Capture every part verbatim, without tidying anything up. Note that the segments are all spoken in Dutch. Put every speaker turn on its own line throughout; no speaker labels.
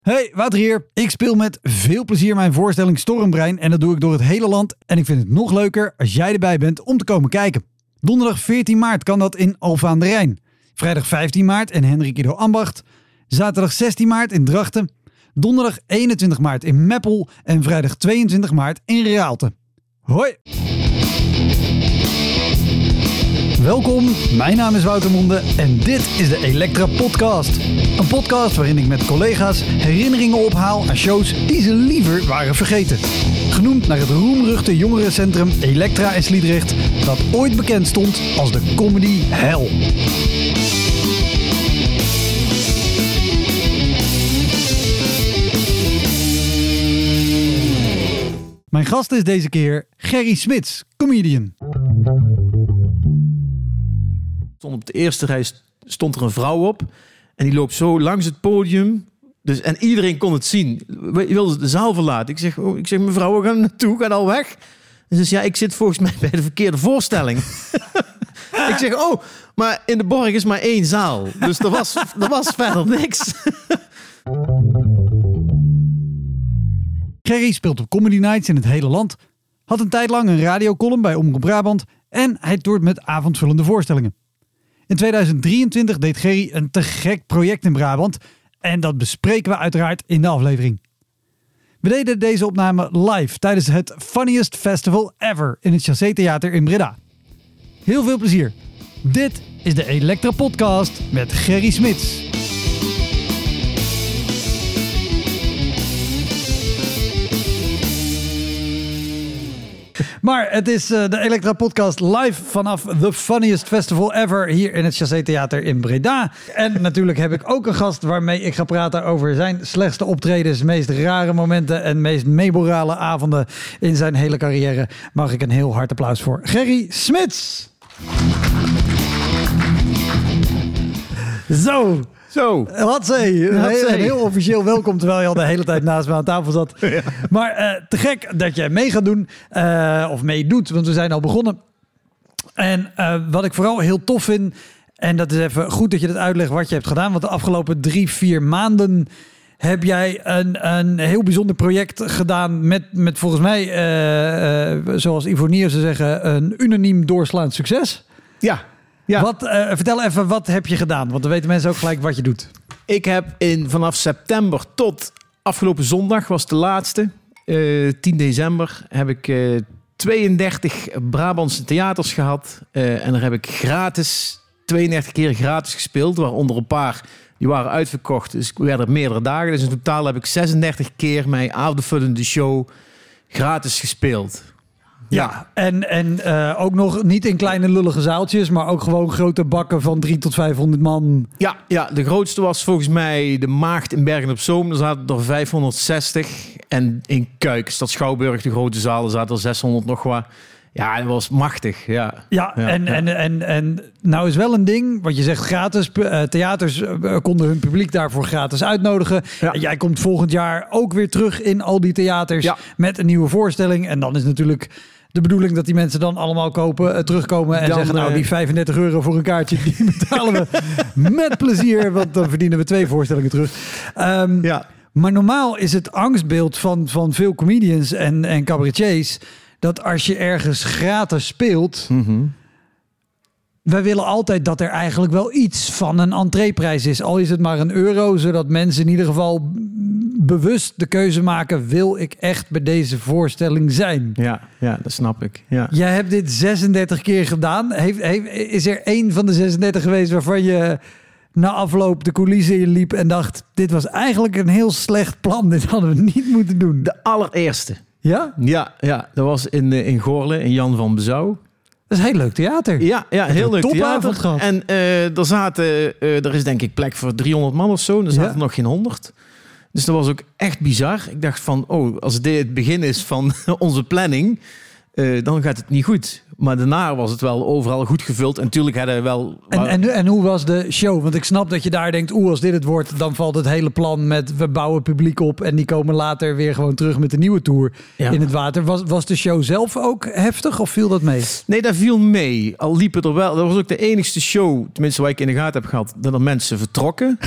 Hey, Wouter hier. Ik speel met veel plezier mijn voorstelling Stormbrein en dat doe ik door het hele land. En ik vind het nog leuker als jij erbij bent om te komen kijken. Donderdag veertien maart kan dat in Alphen aan de Rijn. Vrijdag vijftien maart in Hendrik Ido Ambacht. Zaterdag zestien maart in Drachten. Donderdag eenentwintig maart in Meppel. En vrijdag tweeëntwintig maart in Raalte. Hoi! Welkom, mijn naam is Wouter Monde en dit is de Elektra Podcast. Een podcast waarin ik met collega's herinneringen ophaal aan shows die ze liever waren vergeten. Genoemd naar het roemruchte jongerencentrum Elektra in Sliedrecht, dat ooit bekend stond als de comedy hell. Mijn gast is deze keer Gerry Smits, comedian.
Stond op de eerste rij stond er een vrouw op en die loopt zo langs het podium. Dus, en iedereen kon het zien. Je wilde de zaal verlaten. Ik zeg, oh, ik zeg mevrouw, we gaan naartoe, ga al weg. En ze zei, ja, ik zit volgens mij bij de verkeerde voorstelling. Ik zeg, oh, maar in de Borg is maar één zaal. Dus er was, er was verder niks.
Gerry speelt op comedy nights in het hele land. Had een tijd lang een radiocolumn bij Omroep Brabant. En hij toert met avondvullende voorstellingen. In tweeduizend drieëntwintig deed Gerry een te gek project in Brabant. En dat bespreken we uiteraard in de aflevering. We deden deze opname live tijdens het Funniest Festival Ever in het Chassé Theater in Breda. Heel veel plezier. Dit is de Elektra Podcast met Gerry Smits. Maar het is uh, de Elektra Podcast live vanaf The Funniest Festival Ever hier in het Chassé Theater in Breda. En natuurlijk heb ik ook een gast waarmee ik ga praten over zijn slechtste optredens, meest rare momenten en meest memorale avonden in zijn hele carrière. Mag ik een heel hard applaus voor Gerry Smits. Zo.
Zo.
Hatzee. Een, heel, een heel officieel welkom, terwijl je al de hele tijd naast me aan tafel zat. Ja. Maar uh, te gek dat jij mee gaat doen. Uh, of meedoet, want we zijn al begonnen. En uh, wat ik vooral heel tof vind, en dat is even goed dat je dat uitlegt wat je hebt gedaan. Want de afgelopen drie, vier maanden heb jij een, een heel bijzonder project gedaan met, met volgens mij, uh, uh, zoals Ivonier zou zeggen, een unaniem doorslaand succes.
Ja. Ja.
Wat, uh, vertel even, wat heb je gedaan? Want dan weten mensen ook gelijk wat je doet.
Ik heb in, vanaf september tot afgelopen zondag, was de laatste, uh, tien december, heb ik uh, tweeëndertig Brabantse theaters gehad. Uh, en daar heb ik gratis, tweeëndertig keer gratis gespeeld, waaronder een paar die waren uitverkocht. Dus ik werd er meerdere dagen. Dus in totaal heb ik zesendertig keer mijn avondvullende show gratis gespeeld.
Ja, ja, en, en uh, ook nog niet in kleine lullige zaaltjes, maar ook gewoon grote bakken van drie tot vijfhonderd man.
Ja, ja, de grootste was volgens mij de Maagd in Bergen op Zoom. Daar zaten er vijfhonderdzestig. En in Kuik, Stad Schouwburg, de grote zaal, daar zaten er zeshonderd nog wat. Ja, dat was machtig, ja.
Ja,
ja
en,
ja.
En, en, en nou is wel een ding, wat je zegt gratis. Uh, theaters uh, konden hun publiek daarvoor gratis uitnodigen. Ja. En jij komt volgend jaar ook weer terug in al die theaters ja. met een nieuwe voorstelling. En dan is natuurlijk de bedoeling dat die mensen dan allemaal kopen, uh, terugkomen en dan zeggen, nou, die vijfendertig euro voor een kaartje, die betalen we met plezier, want dan verdienen we twee voorstellingen terug. Um, ja. Maar normaal is het angstbeeld van, van veel comedians en, en cabaretiers dat als je ergens gratis speelt, mm-hmm. wij willen altijd dat er eigenlijk wel iets van een entreeprijs is. Al is het maar een euro, zodat mensen in ieder geval bewust de keuze maken, wil ik echt bij deze voorstelling zijn?
Ja, ja, dat snap ik. Ja.
Jij hebt dit zesendertig keer gedaan. Heeft, heeft, is er één van de zesendertig geweest waarvan je na afloop de coulissen in liep en dacht, dit was eigenlijk een heel slecht plan. Dit hadden we niet moeten doen.
De allereerste.
Ja?
Ja, ja, dat was in, in Goorlen, in Jan van Bezouw.
Dat is een heel leuk theater.
Ja, ja, heel leuk theater.
Gehad.
En uh, er zaten, uh, er is denk ik plek voor driehonderd man of zo. En er zaten ja. nog geen honderd. Dus dat was ook echt bizar. Ik dacht van, oh, als dit het begin is van onze planning, uh, dan gaat het niet goed. Maar daarna was het wel overal goed gevuld. En natuurlijk hadden we wel...
En, en, en hoe was de show? Want ik snap dat je daar denkt, oeh, als dit het wordt, dan valt het hele plan met we bouwen publiek op en die komen later weer gewoon terug met de nieuwe tour ja. in het water. Was, was de show zelf ook heftig of viel dat mee?
Nee, dat viel mee. Al liep het er wel. Dat was ook de enigste show, tenminste waar ik in de gaten heb gehad, dat er mensen vertrokken.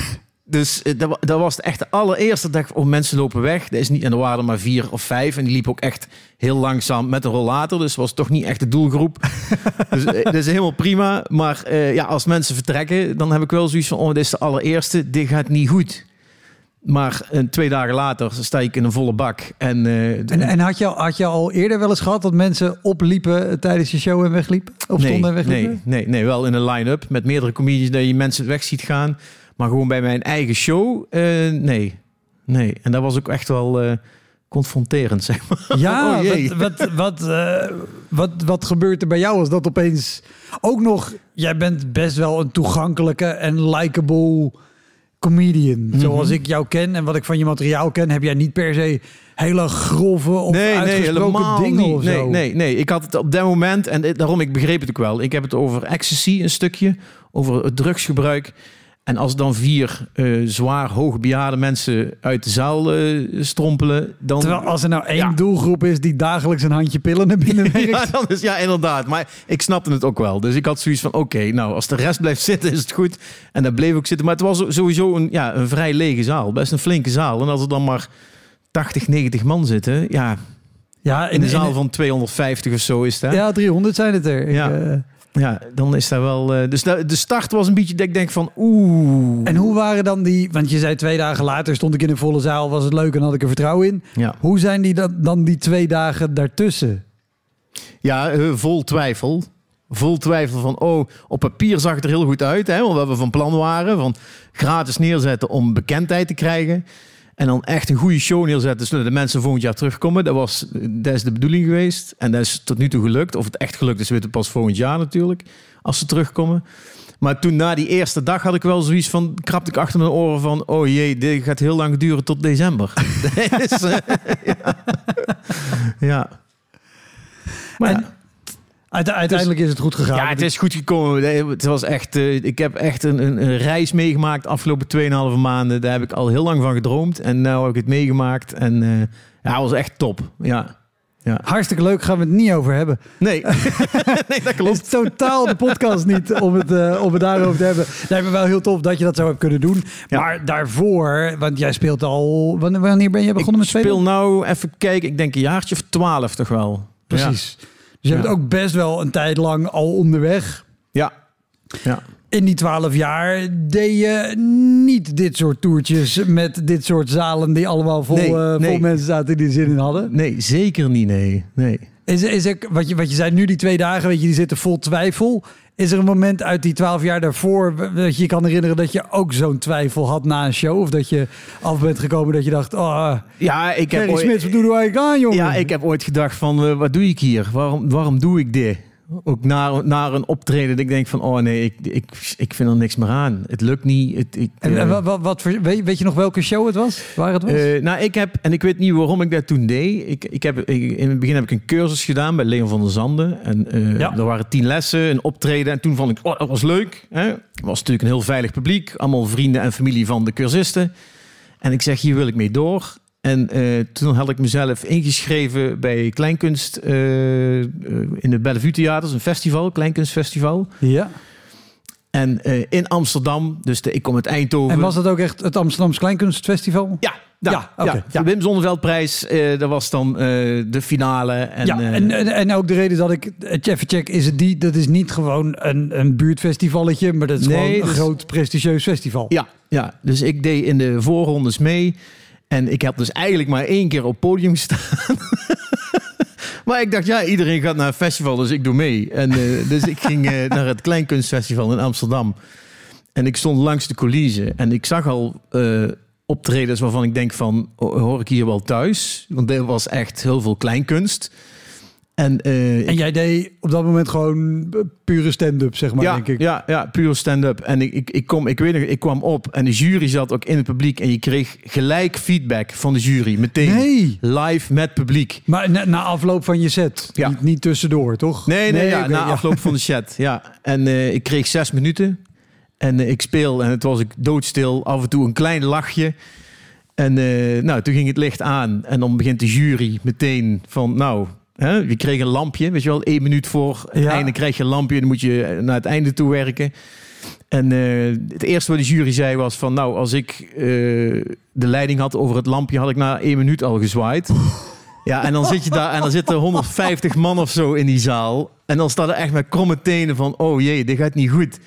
Dus uh, dat, dat was echt de allereerste dag. Oh, mensen lopen weg. Dat is niet, en er waren er maar vier of vijf. En die liepen ook echt heel langzaam met een rollator. Dus was toch niet echt de doelgroep. Dus uh, dat is helemaal prima. Maar uh, ja, als mensen vertrekken, dan heb ik wel zoiets van... oh, dit is de allereerste. Dit gaat niet goed. Maar uh, twee dagen later sta ik in een volle bak. En, uh,
en, en had, je, had je al eerder wel eens gehad dat mensen opliepen tijdens je show en wegliepen? Of
nee,
stonden en wegliepen?
Nee, nee, nee, wel in een line-up met meerdere comedians dat je mensen weg ziet gaan. Maar gewoon bij mijn eigen show, uh, nee. Nee, en dat was ook echt wel uh, confronterend, zeg maar.
Ja,
oh,
wat, wat, wat, uh, wat, wat gebeurt er bij jou als dat opeens... Ook nog, jij bent best wel een toegankelijke en likable comedian. Mm-hmm. Zoals ik jou ken en wat ik van je materiaal ken, heb jij niet per se hele grove of
nee,
uitgesproken
nee,
dingen
niet.
of
nee,
zo.
Nee, nee, ik had het op dat moment, en daarom, ik begreep het ook wel. Ik heb het over ecstasy een stukje, over het drugsgebruik. En als dan vier uh, zwaar hoogbejaarde mensen uit de zaal uh, strompelen, dan...
Terwijl als er nou één
ja.
doelgroep is die dagelijks een handje pillen naar binnen werkt.
Ja, dan is, ja, inderdaad. Maar ik snapte het ook wel. Dus ik had zoiets van, oké, okay, nou, als de rest blijft zitten, is het goed. En dat bleef ook zitten. Maar het was sowieso een, ja, een vrij lege zaal. Best een flinke zaal. En als er dan maar tachtig, negentig man zitten, ja...
Ja, in,
in de zaal
in,
van tweehonderdvijftig of zo is dat.
Ja, driehonderd zijn het er.
Ja.
Ik, uh...
Ja, dan is daar wel... Uh, dus de, de start was een beetje dat ik denk van oeh.
En hoe waren dan die... Want je zei twee dagen later stond ik in een volle zaal, was het leuk en had ik er vertrouwen in.
Ja.
Hoe zijn die dan, dan die twee dagen daartussen?
Ja, uh, vol twijfel. Vol twijfel van, oh, op papier zag het er heel goed uit. Hè, want we van plan waren van gratis neerzetten om bekendheid te krijgen. En dan echt een goede show neerzetten, zodat de mensen volgend jaar terugkomen. Dat, was, dat is de bedoeling geweest. En dat is tot nu toe gelukt. Of het echt gelukt is, weten we pas volgend jaar natuurlijk. Als ze terugkomen. Maar toen na die eerste dag had ik wel zoiets van... krapte ik achter mijn oren van... oh jee, dit gaat heel lang duren tot december. is, uh, ja. ja. Maar
en, ja. Uiteindelijk is het goed gegaan.
Ja, het is goed gekomen. Het was echt, uh, ik heb echt een, een, een reis meegemaakt de afgelopen tweeënhalve maanden. Daar heb ik al heel lang van gedroomd. En nu heb ik het meegemaakt. En uh, ja, het was echt top. Ja. Ja.
Hartstikke leuk, gaan we het niet over hebben.
Nee, nee dat klopt.
Het is totaal de podcast niet om het, uh, om het daarover te hebben. Nee, maar wel heel tof dat je dat zo hebt kunnen doen. Ja. Maar daarvoor, want jij speelt al... Wanneer ben je begonnen
ik
met spelen?
Ik speel nou, even kijken, ik denk een jaartje of twaalf toch wel.
Precies. Ja. Dus je ja. bent ook best wel een tijd lang al onderweg.
Ja. Ja.
In die twaalf jaar deed je niet dit soort toertjes met dit soort zalen die allemaal vol, nee, uh, nee. vol mensen zaten die er zin in hadden?
Nee, zeker niet, nee. nee.
Is, is er, wat, je, wat je zei, nu die twee dagen, weet je, die zitten vol twijfel. Is er een moment uit die twaalf jaar daarvoor dat je je kan herinneren dat je ook zo'n twijfel had na een show? Of dat je af bent gekomen dat je dacht, oh,
ja, ik heb ooit,
Smits, wat doe je eigenlijk aan, jongen?
Ja, ik heb ooit gedacht van, uh, wat doe ik hier? Waarom, waarom doe ik dit? Ook naar, naar een optreden dat ik denk van, oh nee, ik, ik, ik vind er niks meer aan. Het lukt niet. Het, ik,
en, uh, en wat, wat voor, weet, weet je nog welke show het was? Waar het was?
Uh, nou, ik heb, en ik weet niet waarom ik dat toen deed. Ik, ik heb, ik, in het begin heb ik een cursus gedaan bij Leon van der Zanden. En uh, ja. er waren tien lessen, een optreden. En toen vond ik, oh, dat was leuk. Hè? Het was natuurlijk een heel veilig publiek. Allemaal vrienden en familie van de cursisten. En ik zeg, hier wil ik mee door. En uh, toen had ik mezelf ingeschreven bij Kleinkunst uh, uh, in de Bellevue Theaters, een festival, Kleinkunstfestival.
Ja.
En uh, in Amsterdam, dus de, ik kom uit Eindhoven.
En was dat ook echt het Amsterdamse Kleinkunstfestival?
Ja. Ja, ja, okay, ja. ja. De Wim Zonneveldprijs, uh, dat was dan uh, de finale. En,
ja,
uh,
en, en, en ook de reden dat ik even check, is het die, dat is niet gewoon een, een buurtfestivalletje, maar dat is nee, gewoon een dus, groot prestigieus festival.
Ja, ja, dus ik deed in de voorrondes mee. En ik heb dus eigenlijk maar één keer op het podium gestaan. Maar ik dacht, ja, iedereen gaat naar een festival, dus ik doe mee. En uh, dus ik ging uh, naar het Kleinkunstfestival in Amsterdam. En ik stond langs de coulissen. En ik zag al uh, optredens waarvan ik denk van, hoor ik hier wel thuis? Want er was echt heel veel kleinkunst. En, uh,
en jij deed op dat moment gewoon pure stand-up, zeg maar,
ja,
denk ik.
Ja, ja, pure stand-up. En ik, ik, ik, kom, ik weet nog, ik kwam op en de jury zat ook in het publiek. En je kreeg gelijk feedback van de jury. Meteen
nee.
live met publiek.
Maar na, na afloop van je set? Ja. Niet, niet tussendoor, toch?
Nee, nee, nee ja, okay, na ja. afloop van de set. Ja. En uh, ik kreeg zes minuten. En uh, ik speel en het was ik doodstil. Af en toe een klein lachje. En uh, nou, toen ging het licht aan. En dan begint de jury meteen van, nou... He, je kreeg een lampje, weet je wel, één minuut voor het ja. einde krijg je een lampje en dan moet je naar het einde toe werken. En uh, het eerste wat de jury zei was van... nou, als ik uh, de leiding had over het lampje... had ik na één minuut al gezwaaid. Ja, en dan zit je daar en dan zitten honderdvijftig man of zo in die zaal. En dan staat er echt met kromme tenen van... oh jee, dit gaat niet goed.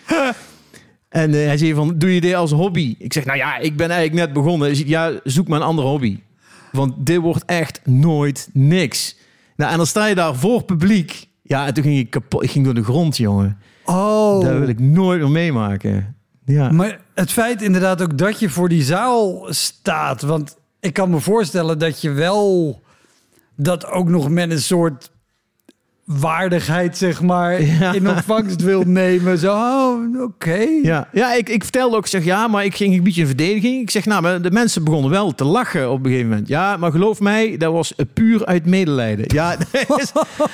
En uh, hij zei van, doe je dit als hobby? Ik zeg, nou ja, ik ben eigenlijk net begonnen. Hij zegt, ja, zoek maar een andere hobby. Want dit wordt echt nooit niks. Nou, en dan sta je daar voor publiek. Ja, en toen ging ik kapot. Ik ging door de grond, jongen.
Oh.
Dat wil ik nooit meer meemaken. Ja.
Maar het feit inderdaad ook dat je voor die zaal staat. Want ik kan me voorstellen dat je wel dat ook nog met een soort waardigheid, zeg maar, ja. in ontvangst wil nemen. Zo, oh, oké. Okay.
Ja, ja ik, ik vertelde ook, ik zeg, ja, maar ik ging een beetje in verdediging. Ik zeg, nou, maar de mensen begonnen wel te lachen op een gegeven moment. Ja, maar geloof mij, dat was puur uit medelijden. Ja, is...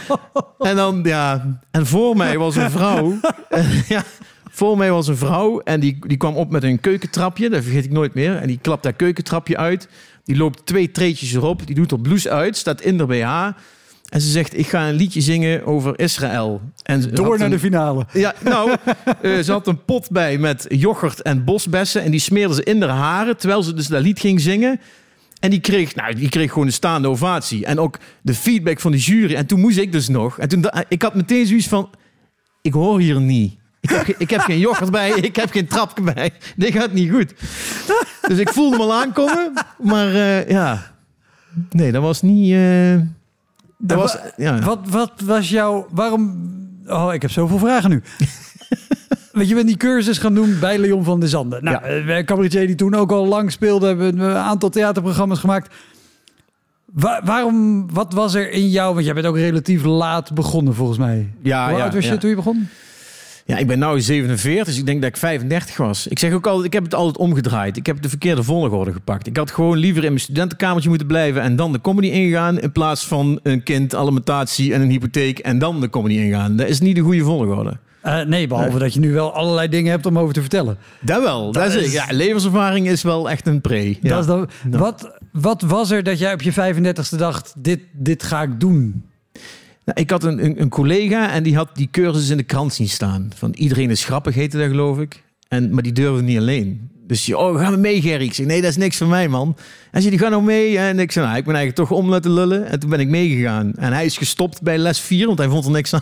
en dan, ja, en voor mij was een vrouw. ja, voor mij was een vrouw en die, die kwam op met een keukentrapje. Dat vergeet ik nooit meer. En die klapt dat keukentrapje uit. Die loopt twee treetjes erop. Die doet haar blouse uit, staat in de B H. En ze zegt, ik ga een liedje zingen over Israël. En
door naar
een,
de finale.
Ja, nou, uh, ze had een pot bij met yoghurt en bosbessen. En die smeerde ze in haar haren, terwijl ze dus dat lied ging zingen. En die kreeg, nou, die kreeg gewoon een staande ovatie. En ook de feedback van de jury. En toen moest ik dus nog. En toen, ik had meteen zoiets van, ik hoor hier niet. Ik heb, ik heb geen yoghurt bij, ik heb geen trapje bij. Dit gaat niet goed. Dus ik voelde me al aankomen. Maar uh, ja, nee, dat was niet... Uh, Dat was, ja.
wat, wat was jouw... Waarom... Oh, ik heb zoveel vragen nu. Want je bent die cursus gaan doen bij Leon van der Zanden. Nou, ja. uh, cabaretier die toen ook al lang speelde... hebben een aantal theaterprogramma's gemaakt. Wa- waarom... Wat was er in jou... Want jij bent ook relatief laat begonnen, volgens mij.
Ja,
Hoe
ja,
oud was je
ja.
toen je begon?
Ja, ik ben nu zevenenveertig, dus ik denk dat ik vijfendertig was. Ik zeg ook altijd, ik heb het altijd omgedraaid. Ik heb de verkeerde volgorde gepakt. Ik had gewoon liever in mijn studentenkamertje moeten blijven... en dan de comedy ingaan... in plaats van een kind, alimentatie en een hypotheek... en dan de comedy ingaan. Dat is niet de goede volgorde.
Uh, nee, behalve nee. dat je nu wel allerlei dingen hebt om over te vertellen.
Dat wel. Dat, dat is, is, ja, levenservaring is wel echt een pre. Ja.
Dat is dan, no. wat, wat was er dat jij op je vijfendertigste dacht... dit, dit ga ik doen...
Nou, ik had een, een, een collega en die had die cursus in de krant zien staan. Van iedereen is grappig, heette dat geloof ik. En, maar die durfde niet alleen. Dus je, oh, gaan we mee, Gerry? Ik zeg, nee, dat is niks voor mij, man. En zei, die gaan nou mee. En ik zei, nou, ik ben eigenlijk toch om laten lullen. En toen ben ik meegegaan. En hij is gestopt bij les vier, want hij vond er niks aan.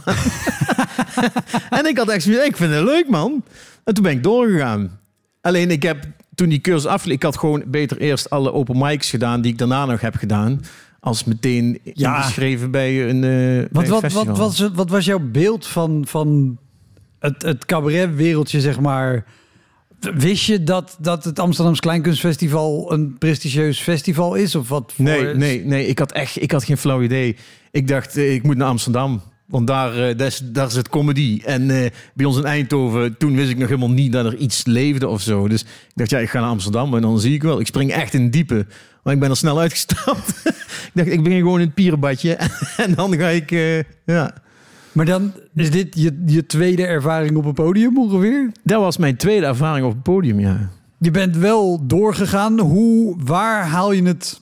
En ik had echt zoiets, ik vind het leuk, man. En toen ben ik doorgegaan. Alleen, ik heb toen die cursus afgeleid... Ik had gewoon beter eerst alle open mics gedaan... die ik daarna nog heb gedaan... als meteen ja. ingeschreven bij een, uh,
wat,
bij een
wat, wat, was, wat was jouw beeld van, van het, het cabaretwereldje, zeg maar? Wist je dat, dat het Amsterdams Kleinkunstfestival een prestigieus festival is? Of wat voor...
Nee, nee, nee. Ik had echt ik had geen flauw idee. Ik dacht, ik moet naar Amsterdam. Want daar, uh, daar, is, daar is het comedy. En uh, bij ons in Eindhoven, toen wist ik nog helemaal niet dat er iets leefde of zo. Dus ik dacht, ja, ik ga naar Amsterdam en dan zie ik wel. Ik spring echt in het diepe. Maar ik ben er snel uitgestapt. Ik dacht, ik begin gewoon in het pierenbadje. En dan ga ik, uh, ja.
Maar dan is dit je, je tweede ervaring op een podium ongeveer?
Dat was mijn tweede ervaring op een podium, ja.
Je bent wel doorgegaan. Hoe, waar haal je het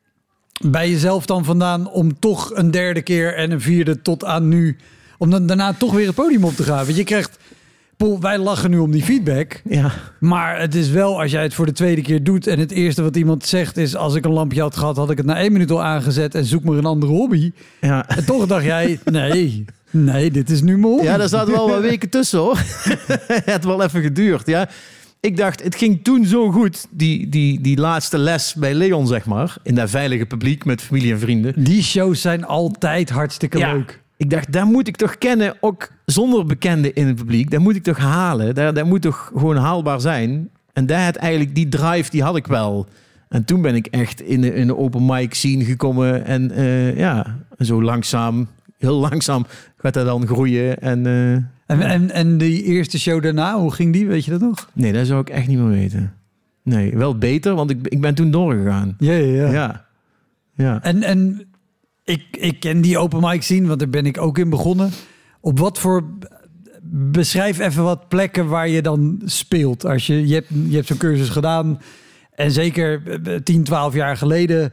bij jezelf dan vandaan om toch een derde keer en een vierde tot aan nu... om dan daarna toch weer het podium op te gaan? Want je krijgt... Paul, wij lachen nu om die feedback.
Ja.
Maar het is wel, als jij het voor de tweede keer doet... en het eerste wat iemand zegt is... als ik een lampje had gehad, had ik het na één minuut al aangezet... en zoek maar een andere hobby.
Ja.
En toch dacht jij, nee, nee, dit is nu mijn hobby.
Ja, daar zaten wel wat weken tussen, hoor. Het had wel even geduurd, ja. Ik dacht, het ging toen zo goed, die, die, die laatste les bij Leon, zeg maar... in dat veilige publiek met familie en vrienden.
Die shows zijn altijd hartstikke
ja.
leuk.
Ik dacht, daar moet ik toch kennen, ook zonder bekenden in het publiek. Dat moet ik toch halen. Dat, dat moet toch gewoon haalbaar zijn. En daar had eigenlijk die drive, die had ik wel. En toen ben ik echt in de, in de open mic scene gekomen. En uh, ja, zo langzaam, heel langzaam gaat dat dan groeien. En, uh,
en, en, en die eerste show daarna, hoe ging die? Weet je dat nog?
Nee, dat zou ik echt niet meer weten. Nee, wel beter, want ik, ik ben toen doorgegaan.
Ja, ja, ja.
ja. ja.
En... en Ik, ik ken die open mic scene, want daar ben ik ook in begonnen. Op wat voor... Beschrijf even wat plekken waar je dan speelt. Als je, je hebt, je hebt zo'n cursus gedaan. En zeker tien, twaalf jaar geleden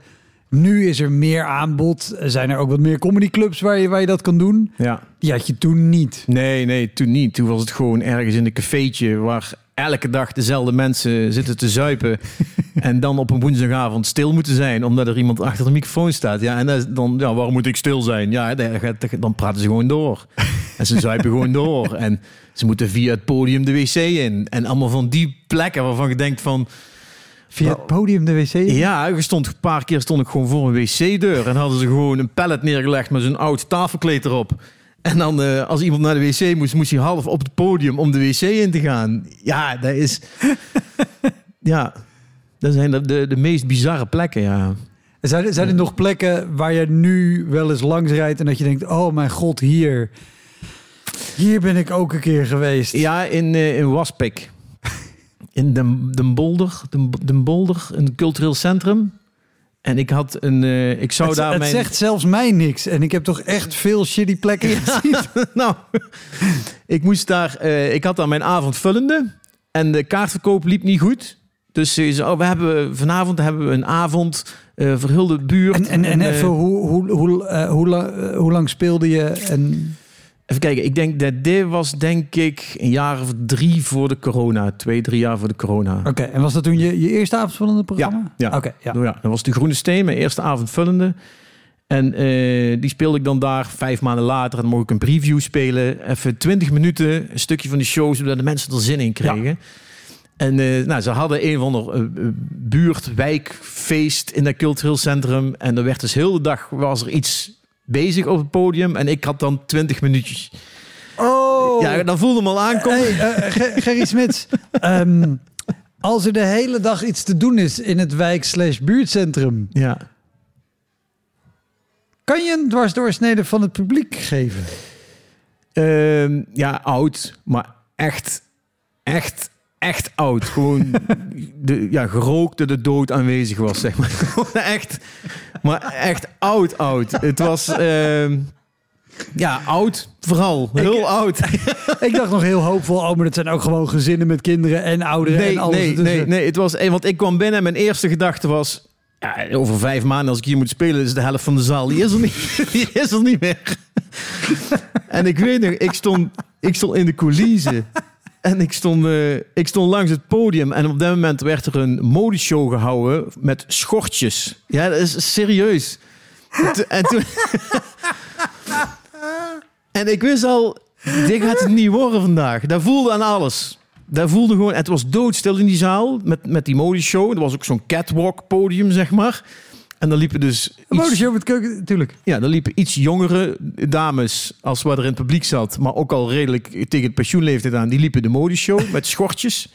Nu is er meer aanbod. Zijn er ook wat meer comedyclubs waar je, waar je dat kan doen?
Ja.
Die had je toen niet.
Nee, nee, toen niet. Toen was het gewoon ergens in een cafeetje waar elke dag dezelfde mensen zitten te zuipen en dan op een woensdagavond stil moeten zijn omdat er iemand achter de microfoon staat. Ja, en dan, ja, waarom moet ik stil zijn? Ja, dan praten ze gewoon door. En ze zuipen gewoon door. En ze moeten via het podium de wc in. En allemaal van die plekken waarvan je denkt van...
Via het podium de wc in?
Ja, je stond, een paar keer stond ik gewoon voor een wc-deur en hadden ze gewoon een pallet neergelegd met zo'n oud tafelkleed erop. En dan, uh, als iemand naar de wc moest, moest hij half op het podium om de wc in te gaan. Ja, dat is... ja, dat zijn de, de, de meest bizarre plekken, ja.
Zijn, zijn er nog plekken waar je nu wel eens langs rijdt en dat je denkt, oh mijn god, hier... Hier ben ik ook een keer geweest.
Ja, in, uh, in Waspik. In Den, Den Bolder. Den, Den Bolder, een cultureel centrum. En ik had een... Uh, ik zou
het,
daar
het
mijn...
zegt zelfs mij niks. En ik heb toch echt veel shitty plekken
ja,
gezien.
Nou, ik moest daar... Uh, ik had daar mijn avondvullende. En de kaartverkoop liep niet goed. Dus ze zei, oh, we hebben, vanavond hebben we een avond... Uh, verhulde buurt.
En, en, en, en even, uh, hoe, hoe, hoe, uh, hoe, lang, uh, hoe lang speelde je? En...
Even kijken, ik denk dat dit was denk ik een jaar of drie voor de corona. Twee, drie jaar voor de corona.
Oké, okay, en was dat toen je, je eerste avondvullende programma?
Ja. ja.
Okay, ja.
Nou ja, dat was de Groene Steen, mijn eerste avondvullende. En uh, die speelde ik dan daar vijf maanden later. En dan mocht ik een preview spelen. Even twintig minuten, een stukje van de show, zodat de mensen er zin in kregen. Ja. En uh, nou, ze hadden een of ander uh, buurt, wijkfeest in dat cultureel centrum. En er werd dus heel de dag was er iets bezig op het podium. En ik had dan twintig minuutjes.
Oh!
Ja, dan voelde hem al aankomen.
Hey, uh, Gerry Smits, um, als er de hele dag iets te doen is in het wijk-slash-buurtcentrum...
Ja.
Kan je een dwarsdoorsnede van het publiek geven?
Uh, ja, oud. Maar echt, echt, echt oud. Gewoon de, ja, gerookt dat de dood aanwezig was, zeg maar. echt, maar echt oud, oud. Het was... Uh, ja, oud. Vooral. Heel ik, oud.
Ik dacht nog heel hoopvol. Oh, maar dat zijn ook gewoon gezinnen met kinderen en ouderen
nee,
en alles.
Nee, nee, nee. Het was... Want ik kwam binnen en mijn eerste gedachte was... Ja, over vijf maanden als ik hier moet spelen... is de helft van de zaal. Die is er niet, die is er niet meer. En ik weet nog... Ik stond, ik stond in de coulissen... En ik stond, uh, ik stond langs het podium en op dat moment werd er een modeshow gehouden met schortjes. Ja, dat is serieus. En, to, en, toen, en ik wist al, dit gaat het niet worden vandaag. Dat voelde aan alles. Dat voelde gewoon, het was doodstil in die zaal met, met die modeshow. Er was ook zo'n catwalk podium, zeg maar. En dan liepen dus...
Een modeshow met keuken, natuurlijk.
Ja, dan liepen iets jongere dames als wat er in het publiek zat, maar ook al redelijk tegen het pensioenleeftijd aan. Die liepen de modeshow met schortjes.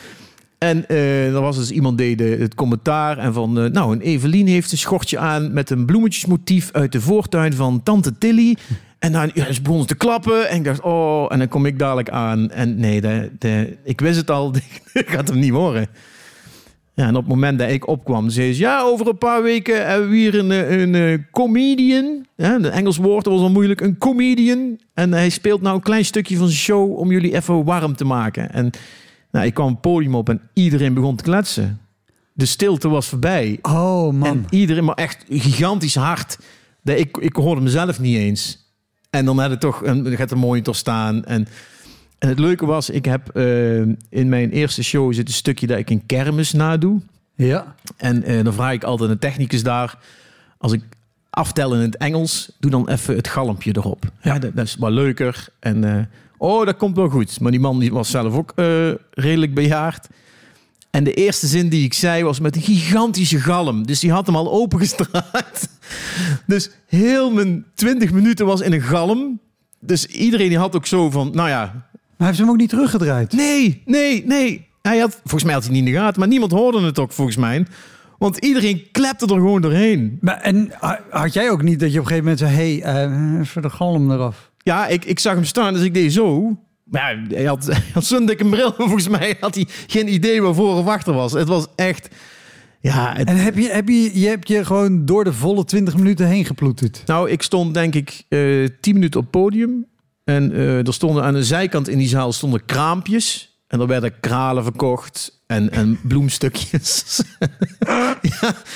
En uh, er was dus iemand die deed het commentaar en van... Uh, nou, een Evelien heeft een schortje aan met een bloemetjesmotief uit de voortuin van Tante Tilly. En dan ja, ze begon te klappen en ik dacht, oh, en dan kom ik dadelijk aan. En nee, de, de, ik wist het al, dit gaat hem niet worden. Ja, en op het moment dat ik opkwam, zei ze... Ja, over een paar weken hebben we hier een, een, een comedian. Ja, het Engels woord was al moeilijk. Een comedian. En hij speelt nou een klein stukje van zijn show... om jullie even warm te maken. En nou, ik kwam het podium op en iedereen begon te kletsen. De stilte was voorbij.
Oh, man.
En iedereen, maar echt gigantisch hard. Dat ik, ik hoorde mezelf niet eens. En dan had het toch een, gaat de monitor staan en... En het leuke was, ik heb uh, in mijn eerste show zit een stukje dat ik een kermis nadoe.
Ja.
En uh, dan vraag ik altijd een technicus daar, als ik aftel in het Engels, doe dan even het galmpje erop. Ja, dat, dat is wel leuker. En uh, oh, dat komt wel goed. Maar die man die was zelf ook uh, redelijk bejaard. En de eerste zin die ik zei was met een gigantische galm. Dus die had hem al opengestraald. Dus heel mijn twintig minuten was in een galm. Dus iedereen die had ook zo van, nou ja...
Maar hij heeft hem ook niet teruggedraaid?
Nee, nee, nee. Hij had, volgens mij had hij niet in de gaten, maar niemand hoorde het ook volgens mij. Want iedereen klepte er gewoon doorheen.
Maar, en had jij ook niet dat je op een gegeven moment zei... hé, hey, uh, even de galm eraf?
Ja, ik, ik zag hem staan, dus ik deed zo. Maar ja, hij had, hij had zo'n dikke bril. Volgens mij had hij geen idee waarvoor of achter was. Het was echt... Ja, het...
En heb je, heb je, je hebt je gewoon door de volle twintig minuten heen geploeterd?
Nou, ik stond denk ik uh, tien minuten op het podium. En uh, er stonden aan de zijkant in die zaal stonden kraampjes. En er werden kralen verkocht en, en bloemstukjes. Ja.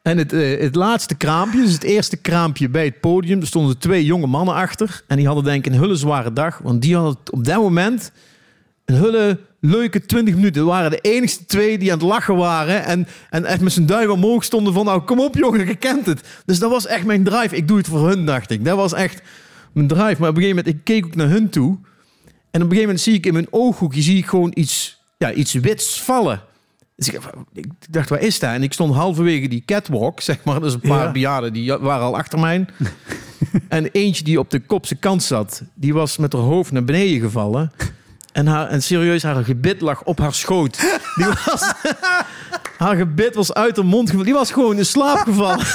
En het, uh, het laatste kraampje, dus het eerste kraampje bij het podium, er stonden twee jonge mannen achter. En die hadden denk ik een hele zware dag. Want die hadden op dat moment een hele leuke twintig minuten. Dat waren de enigste twee die aan het lachen waren. En, en echt met zijn duim omhoog stonden van, nou kom op jongen, je kent het. Dus dat was echt mijn drive. Ik doe het voor hun, dacht ik. Dat was echt mijn drive. Maar op een gegeven moment, ik keek ook naar hun toe. En op een gegeven moment zie ik in mijn ooghoekje zie ik gewoon iets, ja, iets wits vallen. Dus ik, ik dacht, waar is dat? En ik stond halverwege die catwalk, zeg maar. Dus een paar ja. bejaarden, die waren al achter mij. En eentje die op de kopse kant zat, die was met haar hoofd naar beneden gevallen. En, haar, en serieus, haar gebit lag op haar schoot. Die was, haar gebit was uit haar mond gevallen. Die was gewoon in slaap gevallen.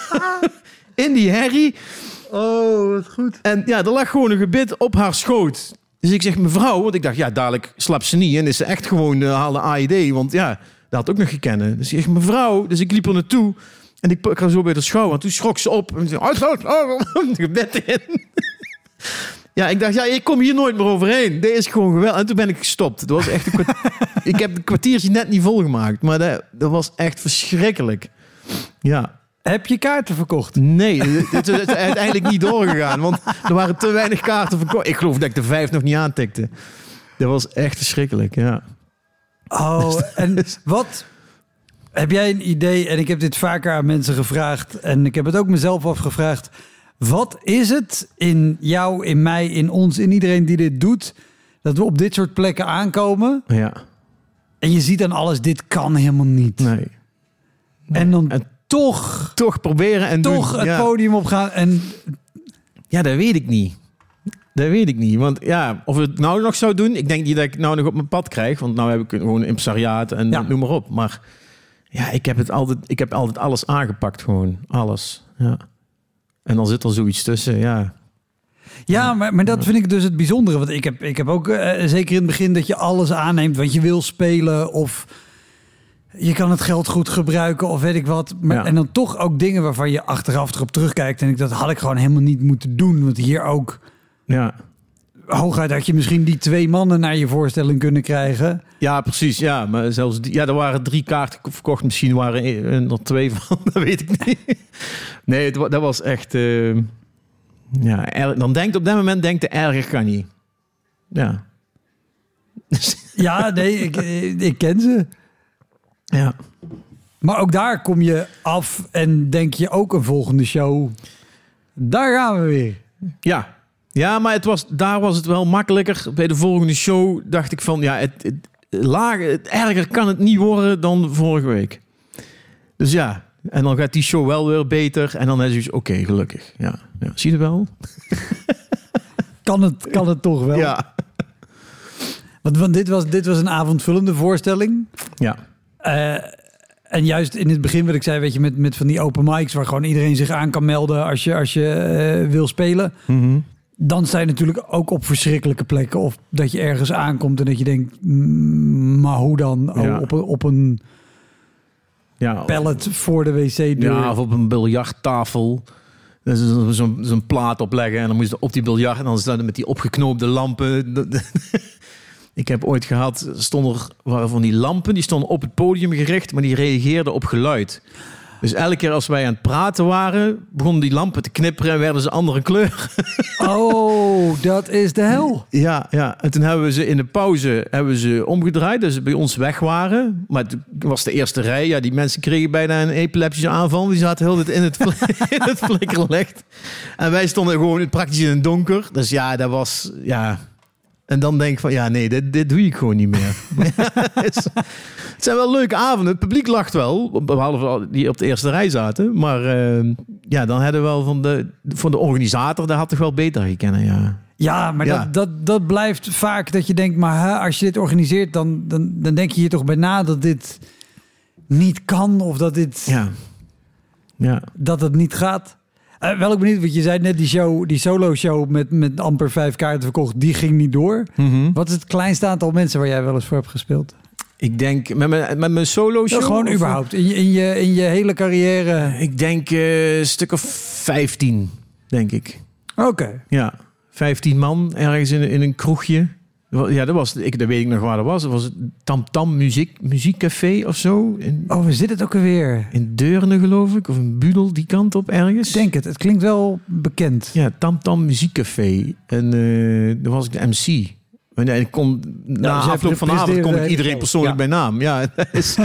In die herrie.
Oh, wat goed.
En ja, er lag gewoon een gebit op haar schoot. Dus ik zeg, mevrouw, want ik dacht, ja, dadelijk slaapt ze niet. En is ze echt gewoon uh, haalde A I D. Want ja, dat had ook nog gekend. Dus ik zeg, mevrouw, dus ik liep er naartoe. En ik pak haar zo bij de schouder. En toen schrok ze op. En ze zei, oh, oh, oh, gebed in. Ja, ik dacht, ja, ik kom hier nooit meer overheen. Dit is gewoon geweldig. En toen ben ik gestopt. Het was echt een kwart... ik heb het kwartiertje net niet volgemaakt. Maar dat, dat was echt verschrikkelijk. Ja.
Heb je kaarten verkocht?
Nee, het is uiteindelijk niet doorgegaan. Want er waren te weinig kaarten verkocht. Ik geloof dat ik de vijf nog niet aantikte. Dat was echt verschrikkelijk, ja.
Oh, en wat... Heb jij een idee, en ik heb dit vaker aan mensen gevraagd... en ik heb het ook mezelf afgevraagd... Wat is het in jou, in mij, in ons, in iedereen die dit doet... dat we op dit soort plekken aankomen...
Ja.
En je ziet dan alles, dit kan helemaal niet.
Nee. nee.
En dan en toch...
Toch proberen en
Toch
doen.
het
ja.
podium opgaan en...
Ja, dat weet ik niet. Dat weet ik niet. Want ja, of het nou nog zou doen... Ik denk niet dat ik nou nog op mijn pad krijg. Want nou heb ik gewoon een impresariaat en ja. noem maar op. Maar ja, ik heb, het altijd, ik heb altijd alles aangepakt gewoon. Alles, ja. En dan zit er zoiets tussen, ja.
Ja, maar, maar dat vind ik dus het bijzondere. Want ik heb, ik heb ook, uh, zeker in het begin, dat je alles aanneemt wat je wil spelen. Of je kan het geld goed gebruiken of weet ik wat. Maar, ja. En dan toch ook dingen waarvan je achteraf erop terugkijkt. En ik, dat had ik gewoon helemaal niet moeten doen. Want hier ook...
Ja.
Hooguit had je misschien die twee mannen naar je voorstelling kunnen krijgen.
Ja, precies. Ja, maar zelfs die, ja, er waren drie kaarten verkocht. Misschien waren er er twee van. Dat weet ik niet. Nee, het, dat was echt... Uh, ja, er, dan denkt op dat moment denkt de erger kan niet. Ja.
Ja, nee, ik, ik ken ze.
Ja.
Maar ook daar kom je af en denk je ook een volgende show. Daar gaan we weer.
Ja. Ja, maar het was, daar was het wel makkelijker. Bij de volgende show dacht ik van... ja, het, het, lager, het erger kan het niet worden dan vorige week. Dus ja, en dan gaat die show wel weer beter. En dan is het oké, okay, gelukkig. Ja, ja, zie je wel?
kan, het, kan het toch wel?
Ja.
Want, want dit, was, dit was een avondvullende voorstelling.
Ja.
Uh, en juist in het begin wat ik zei, weet je, met, met van die open mics... waar gewoon iedereen zich aan kan melden als je, als je uh, wil spelen...
Mm-hmm.
Dan sta je natuurlijk ook op verschrikkelijke plekken. Of dat je ergens aankomt en dat je denkt... Mm, maar hoe dan? Oh, ja. op, een, op een ja, pallet voor de wc-deur.
Ja, of op een biljarttafel. Dus zo'n zo'n plaat opleggen en dan moet je op die biljart... en dan staan met die opgeknoopte lampen. Ik heb ooit gehad... stonden er waren van die lampen, die stonden op het podium gericht... maar die reageerden op geluid. Dus elke keer als wij aan het praten waren... begonnen die lampen te knipperen en werden ze andere kleur.
Oh, dat is de hel.
Ja, ja, en toen hebben we ze in de pauze hebben we ze omgedraaid. Dus ze bij ons weg waren. Maar het was de eerste rij. Ja, die mensen kregen bijna een epileptische aanval. Die zaten heel het in het, in het flikkerlicht. En wij stonden gewoon praktisch in het donker. Dus ja, dat was... ja. En dan denk ik van, ja, nee, dit, dit doe ik gewoon niet meer. Het zijn wel leuke avonden. Het publiek lacht wel, behalve die op de eerste rij zaten. Maar uh, ja, dan hadden we wel van de, van de organisator, dat had toch wel beter gekend, ja.
Ja, maar ja. Dat, dat, dat blijft vaak dat je denkt, maar hè, als je dit organiseert, dan, dan, dan denk je hier toch bij na dat dit niet kan of dat dit...
Ja. Ja.
Dat het niet gaat. Uh, wel ook benieuwd, want je zei net die show, die solo show met, met amper vijf kaarten verkocht, die ging niet door.
Mm-hmm.
Wat is het kleinste aantal mensen waar jij wel eens voor hebt gespeeld?
Ik denk met mijn, met mijn solo show?
Ja, gewoon überhaupt, in je, in, je, in je hele carrière.
Ik denk uh, een stuk of vijftien, denk ik.
Oké. Okay.
Ja, vijftien man ergens in, in een kroegje. Ja, dat was, ik, dat weet ik nog waar dat was. Dat was het Tam Tam muziek, muziekcafé of zo. In,
oh, waar zit het ook alweer?
In Deurne, geloof ik. Of in Budel, die kant op ergens.
Ik denk het. Het klinkt wel bekend.
Ja, Tam Tam muziekcafé. En uh, daar was ik de M C. En ik kon, ja, na dus afloop van de avond kon ik iedereen persoonlijk ja. bij naam. Ja, dat is,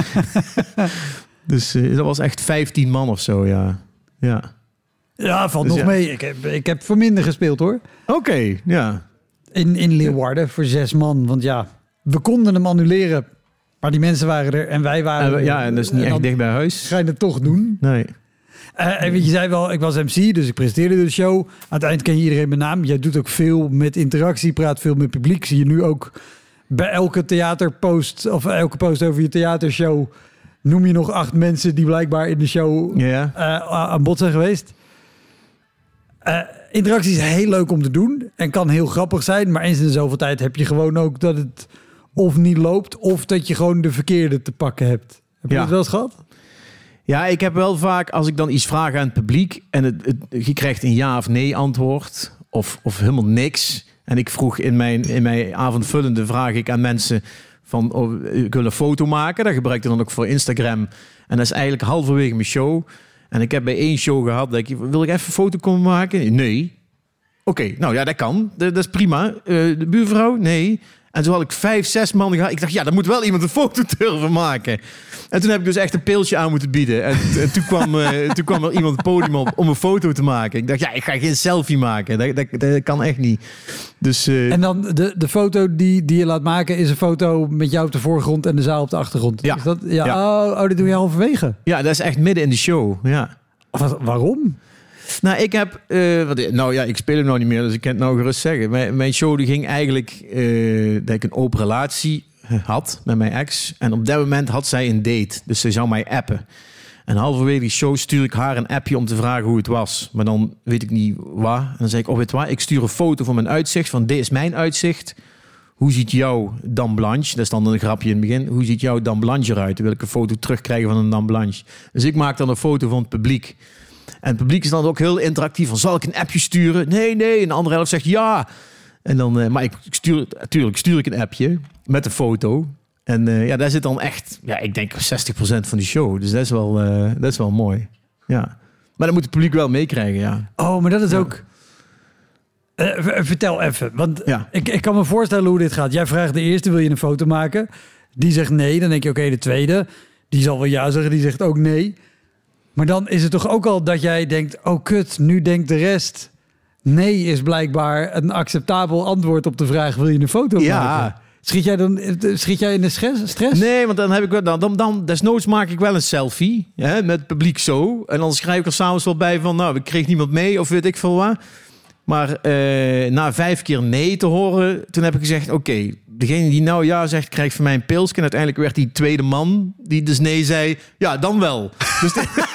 dus uh, dat was echt vijftien man of zo, ja. Ja,
ja valt dus nog
ja.
mee. Ik heb, ik heb voor minder gespeeld, hoor.
Oké, okay, ja.
In, in Leeuwarden voor zes man. Want ja, we konden hem annuleren. Maar die mensen waren er en wij waren
uh,
er.
Ja, en dat is niet echt dicht bij huis.
Ga je het toch doen?
Nee.
Uh, en je zei wel, ik was M C, dus ik presenteerde de show. Aan het eind ken je iedereen bij naam. Jij doet ook veel met interactie, praat veel met publiek. Zie je nu ook bij elke theaterpost of elke post over je theatershow noem je nog acht mensen die blijkbaar in de show
yeah.
uh, aan bod zijn geweest. Uh, interactie is heel leuk om te doen en kan heel grappig zijn. Maar eens in de zoveel tijd heb je gewoon ook dat het of niet loopt of dat je gewoon de verkeerde te pakken hebt. Heb je
ja.
dat wel eens gehad?
Ja, ik heb wel vaak, als ik dan iets vraag aan het publiek en het, het, je krijgt een ja of nee antwoord of, of helemaal niks. En ik vroeg in mijn, in mijn avondvullende vraag ik aan mensen van, oh, ik wil een foto maken. Dat gebruik ik dan ook voor Instagram. En dat is eigenlijk halverwege mijn show. En ik heb bij één show gehad, dat ik, wil ik even een foto komen maken? Nee. Oké, okay, nou ja, dat kan. Dat, dat is prima. Uh, de buurvrouw? Nee. En toen had ik vijf, zes man gehad. Ik dacht, ja, dan moet wel iemand een foto durven maken. En toen heb ik dus echt een pilsje aan moeten bieden. En, en toen, kwam, uh, toen kwam er iemand het podium op om een foto te maken. Ik dacht, ja, ik ga geen selfie maken. Dat, dat, dat kan echt niet. Dus, uh,
en dan de, de foto die, die je laat maken is een foto met jou op de voorgrond en de zaal op de achtergrond.
Ja.
Is dat, ja,
ja.
Oh, oh, dat doe je halverwege?
Ja, dat is echt midden in de show. Ja.
Wat, waarom?
Nou, ik heb... Uh, wat, nou ja, ik speel hem nou niet meer, dus ik kan het nou gerust zeggen. Mijn, mijn show die ging eigenlijk... Uh, dat ik een open relatie had met mijn ex. En op dat moment had zij een date. Dus ze zou mij appen. En halverwege die show stuur ik haar een appje om te vragen hoe het was. Maar dan weet ik niet waar. En dan zeg ik, oh weet wat, ik stuur een foto van mijn uitzicht. Van dit is mijn uitzicht. Hoe ziet jouw dame blanche? Dat is dan een grapje in het begin. Hoe ziet jouw dame blanche eruit? Dan wil ik een foto terugkrijgen van een dame blanche. Dus ik maak dan een foto van het publiek. En het publiek is dan ook heel interactief. Van, zal ik een appje sturen? Nee, nee. En de andere helft zegt ja. En dan, uh, maar ik stuur, natuurlijk stuur ik een appje met een foto. En uh, ja, daar zit dan echt, ja, ik denk zestig procent van die show. Dus dat is wel, uh, dat is wel mooi. Ja. Maar dan moet het publiek wel meekrijgen, ja.
Oh, maar dat is
ja.
ook... Uh, vertel even, want
ja.
ik, ik kan me voorstellen hoe dit gaat. Jij vraagt de eerste, wil je een foto maken? Die zegt nee, dan denk je oké, okay, de tweede. Die zal wel ja zeggen, die zegt ook nee. Maar dan is het toch ook al dat jij denkt, oh kut, nu denkt de rest... Nee is blijkbaar een acceptabel antwoord op de vraag, wil je een foto
ja.
maken? Schiet jij dan schiet jij in de stress?
Nee, want dan heb ik wel, dan, dan, dan desnoods maak ik wel een selfie hè, met het publiek zo. En dan schrijf ik er s'avonds wel bij van, nou, ik kreeg niemand mee of weet ik veel wat. Maar uh, na vijf keer nee te horen, toen heb ik gezegd, oké, okay, degene die nou ja zegt, krijgt van mij een pilsje. En uiteindelijk werd die tweede man die dus nee zei, ja, dan wel. Dus,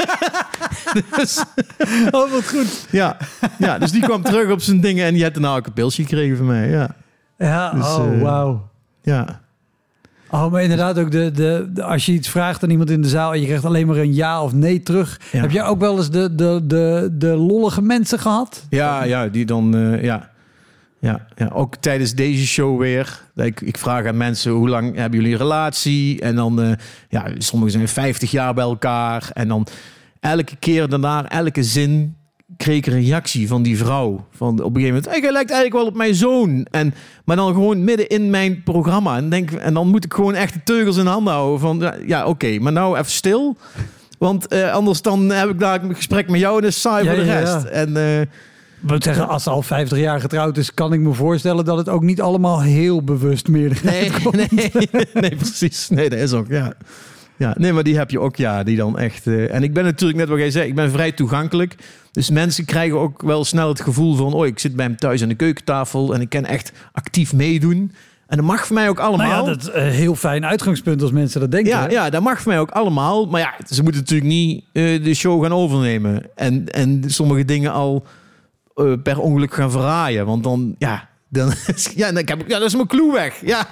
dus
oh, wat goed.
Ja, ja, dus die kwam terug op zijn dingen en die had daarna ook een pilsje gekregen van mij, ja.
Ja, dus, oh, uh, wauw.
Ja.
Oh, maar inderdaad ook de, de, de, als je iets vraagt aan iemand in de zaal en je krijgt alleen maar een ja of nee terug. Ja. Heb jij ook wel eens de, de, de, de lollige mensen gehad?
Ja, ja, die dan, uh, ja. Ja, ja, ook tijdens deze show weer. Ik, ik vraag aan mensen, hoe lang hebben jullie een relatie? En dan, uh, ja, sommigen zijn vijftig jaar bij elkaar. En dan elke keer daarna, elke zin, kreeg ik een reactie van die vrouw. Van op een gegeven moment, hey, jij lijkt eigenlijk wel op mijn zoon. En, maar dan gewoon midden in mijn programma. En, denk, en dan moet ik gewoon echt de teugels in handen houden. Van, ja, ja oké, okay, maar nou even stil. Want uh, anders dan heb ik daar een gesprek met jou en dat is saai ja, voor de rest. Ja, ja. En... Uh,
Ik moet zeggen, als ze al vijftig jaar getrouwd is, kan ik me voorstellen dat het ook niet allemaal heel bewust meer
nee,
komt.
Nee, nee, precies. Nee, dat is ook, ja. Ja, nee, maar die heb je ook, ja, die dan echt... Uh, en ik ben natuurlijk, net wat jij zei, ik ben vrij toegankelijk. Dus mensen krijgen ook wel snel het gevoel van... oh, ik zit bij hem thuis aan de keukentafel en ik kan echt actief meedoen. En dat mag voor mij ook allemaal.
Nou ja, dat is een heel fijn uitgangspunt als mensen dat denken.
Ja, ja, dat mag voor mij ook allemaal. Maar ja, ze moeten natuurlijk niet uh, de show gaan overnemen. En, en sommige dingen al... Uh, per ongeluk gaan verraaien. Want dan, ja, dan, ja, dan heb ik, ja, dat is mijn clue weg. Ja,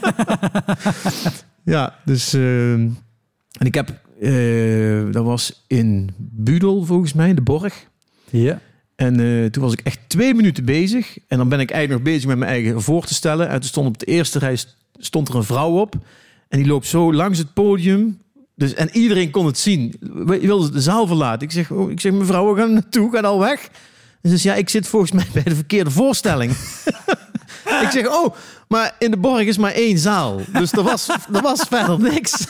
ja dus... Uh, en ik heb... Uh, dat was in Budel, volgens mij, de borg.
Ja.
En uh, toen was ik echt twee minuten bezig. En dan ben ik eigenlijk nog bezig met mijn eigen voor te stellen. En toen stond op de eerste rij stond er een vrouw op. En die loopt zo langs het podium. Dus, en iedereen kon het zien. Je wilde de zaal verlaten. Ik zeg, oh, ik zeg mevrouw, we gaan naartoe. Gaat al weg. En ze zegt, ja, ik zit volgens mij bij de verkeerde voorstelling. Ik zeg, oh, maar in de Borg is maar één zaal. Dus er was, er was verder niks.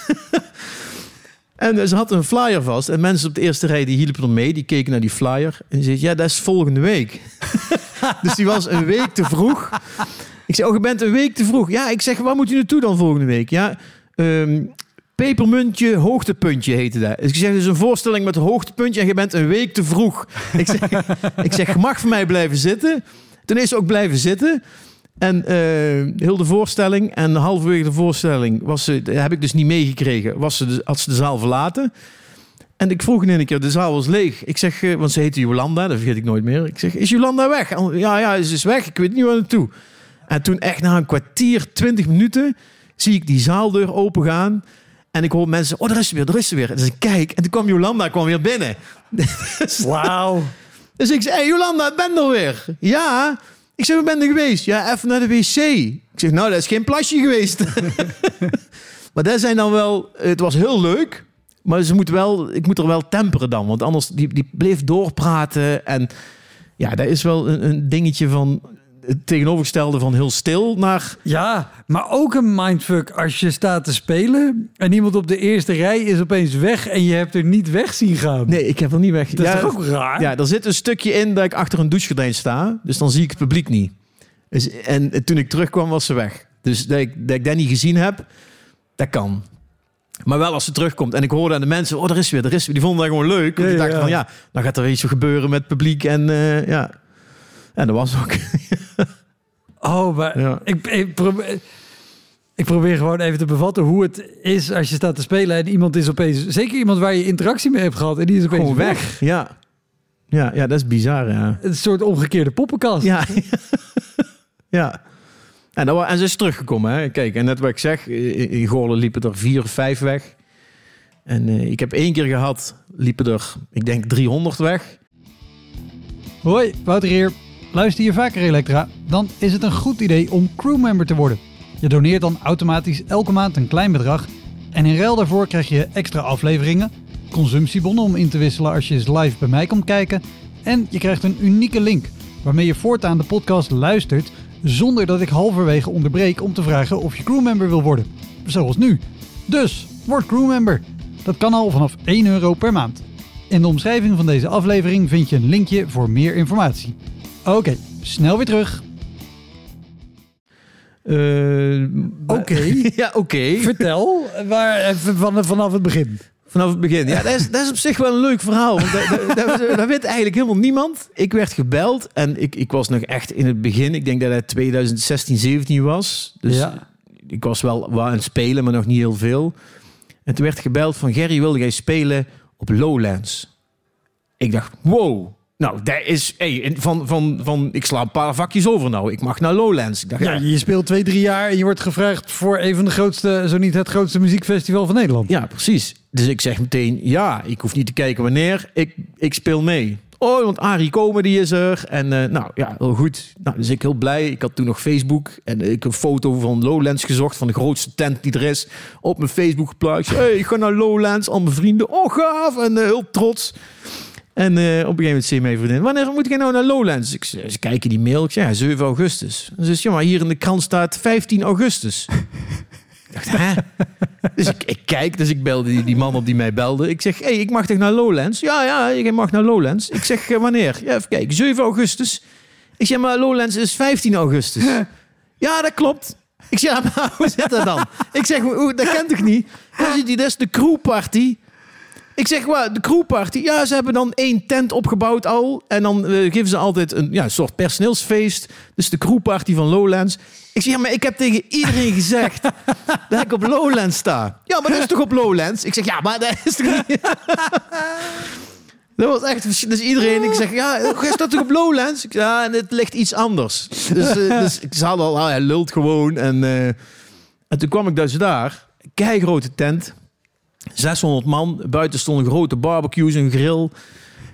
En ze had een flyer vast. En mensen op de eerste rij die hielpen er mee. Die keken naar die flyer. En die zei, ja, dat is volgende week. Dus die was een week te vroeg. Ik zeg, oh, je bent een week te vroeg. Ja, ik zeg, waar moet u naartoe dan volgende week? Ja, um, Pepermuntje, hoogtepuntje heette dat. Dus ik zeg, dus een voorstelling met een hoogtepuntje en je bent een week te vroeg. Ik zeg, ik zeg, je mag voor mij blijven zitten. Toen is ze ook blijven zitten. En uh, heel de voorstelling en halverwege de voorstelling was ze, heb ik dus niet meegekregen, was ze de, had ze de zaal verlaten. En ik vroeg in een keer, de zaal was leeg. Ik zeg, uh, want ze heette Jolanda, dat vergeet ik nooit meer. Ik zeg, is Jolanda weg? En, ja, ja, ze is weg, ik weet niet waar naartoe. En toen echt na een kwartier, twintig minuten, zie ik die zaaldeur open gaan. En ik hoor mensen, oh, daar is ze weer, daar is ze weer. En dus ik kijk, en toen kwam Jolanda kwam weer binnen. Dus,
wauw.
Dus ik zei, hey, Jolanda, ik ben er weer. Ja. Ik zeg, waar ben je geweest? Ja, even naar de wc. Ik zeg, nou, dat is geen plasje geweest. Maar dat zijn dan wel, het was heel leuk. Maar ze moet wel, ik moet er wel temperen dan. Want anders, die, die bleef doorpraten. En ja, dat is wel een, een dingetje van het tegenovergestelde van heel stil naar...
Ja, maar ook een mindfuck als je staat te spelen en iemand op de eerste rij is opeens weg en je hebt er niet weg zien gaan.
Nee, ik heb er niet weg.
Dat is
ja,
toch ook raar?
Ja, er zit een stukje in dat ik achter een douchegordijn sta. Dus dan zie ik het publiek niet. Dus, en toen ik terugkwam was ze weg. Dus dat ik, dat ik dat niet gezien heb, dat kan. Maar wel als ze terugkomt. En ik hoorde aan de mensen, oh, er is weer, er is weer. Die vonden dat gewoon leuk. Ja, ik dacht ja. van, ja, dan gaat er iets gebeuren met het publiek. En uh, ja, en dat was ook...
Oh, maar ja. ik, ik, probeer, ik probeer gewoon even te bevatten hoe het is als je staat te spelen en iemand is opeens... Zeker iemand waar je interactie mee hebt gehad en die is opeens
gewoon weg.
weg.
Ja. Ja, ja, dat is bizar, ja.
Een soort omgekeerde poppenkast.
Ja. Ja. En, dat, en ze is teruggekomen, hè. Kijk, en net wat ik zeg, in Goorlen liepen er vier of vijf weg. En uh, ik heb één keer gehad, liepen er, ik denk, driehonderd weg.
Hoi, Wouter hier. Luister je vaker Elektra? Dan is het een goed idee om crewmember te worden. Je doneert dan automatisch elke maand een klein bedrag. En in ruil daarvoor krijg je extra afleveringen, consumptiebonnen om in te wisselen als je eens live bij mij komt kijken. En je krijgt een unieke link waarmee je voortaan de podcast luistert zonder dat ik halverwege onderbreek om te vragen of je crewmember wil worden. Zoals nu. Dus, word crewmember. Dat kan al vanaf één euro per maand. In de omschrijving van deze aflevering vind je een linkje voor meer informatie. Oké, okay, snel weer terug.
Uh,
Oké. Okay.
Ja, oké. Okay.
Vertel, maar even van, vanaf het begin.
Vanaf het begin. Ja, dat is, dat is op zich wel een leuk verhaal. Want dat, dat, dat, dat weet eigenlijk helemaal niemand. Ik werd gebeld en ik, ik was nog echt in het begin. Ik denk dat het twintig zestien, zeventien was. Dus ja. Ik was wel, wel aan het spelen, maar nog niet heel veel. En toen werd gebeld van Gerry, wilde jij spelen op Lowlands? Ik dacht, wow. Nou, dat is... Hey, van, van, van, ik sla een paar vakjes over nou. Ik mag naar Lowlands. Ik dacht,
ja, ja, je speelt twee, drie jaar en je wordt gevraagd voor een van de grootste, zo niet het grootste muziekfestival van Nederland.
Ja, precies. Dus ik zeg meteen, ja, ik hoef niet te kijken wanneer. Ik, ik speel mee. Oh, want Arie Komen die is er. En uh, nou, ja, heel goed. Nou, dus ik heel blij. Ik had toen nog Facebook. En ik heb een foto van Lowlands gezocht. Van de grootste tent die er is. Op mijn Facebook geplaatst. Hey, ik ga naar Lowlands. Al mijn vrienden. Oh, gaaf. En uh, heel trots. En uh, op een gegeven moment zei mijn vriendin, wanneer moet ik nou naar Lowlands? Ik zei, ze kijken die mail. Ik zei, ja, zeven augustus. En ze zei, ja, maar hier in de krant staat vijftien augustus. Ik dacht, hè? Dus ik, ik kijk, dus ik belde die, die man op die mij belde. Ik zeg, hé, hey, ik mag toch naar Lowlands? Ja, ja, je mag naar Lowlands. Ik zeg, uh, wanneer? Ja, even kijken, zeven augustus. Ik zeg, maar Lowlands is vijftien augustus. Ja, dat klopt. Ik zeg, ja, maar hoe zit dat dan? Ik zeg, hoe, dat kent toch niet? Dat is de crewparty. Ik zeg, well, de crewparty, ja, ze hebben dan één tent opgebouwd al. En dan uh, geven ze altijd een ja, soort personeelsfeest. Dus de crewparty van Lowlands. Ik zeg, ja, maar ik heb tegen iedereen gezegd dat ik op Lowlands sta. Ja, maar dat is toch op Lowlands? Ik zeg, ja, maar dat is toch niet... Dat was echt... Dus iedereen, ik zeg, ja, is dat toch op Lowlands? Ik zeg, ja, en het ligt iets anders. Dus, uh, dus ik zat al, ah, hij lult gewoon. En, uh, en toen kwam ik dus daar. Keigrote tent. zeshonderd man. Buiten stond een grote barbecue, een grill.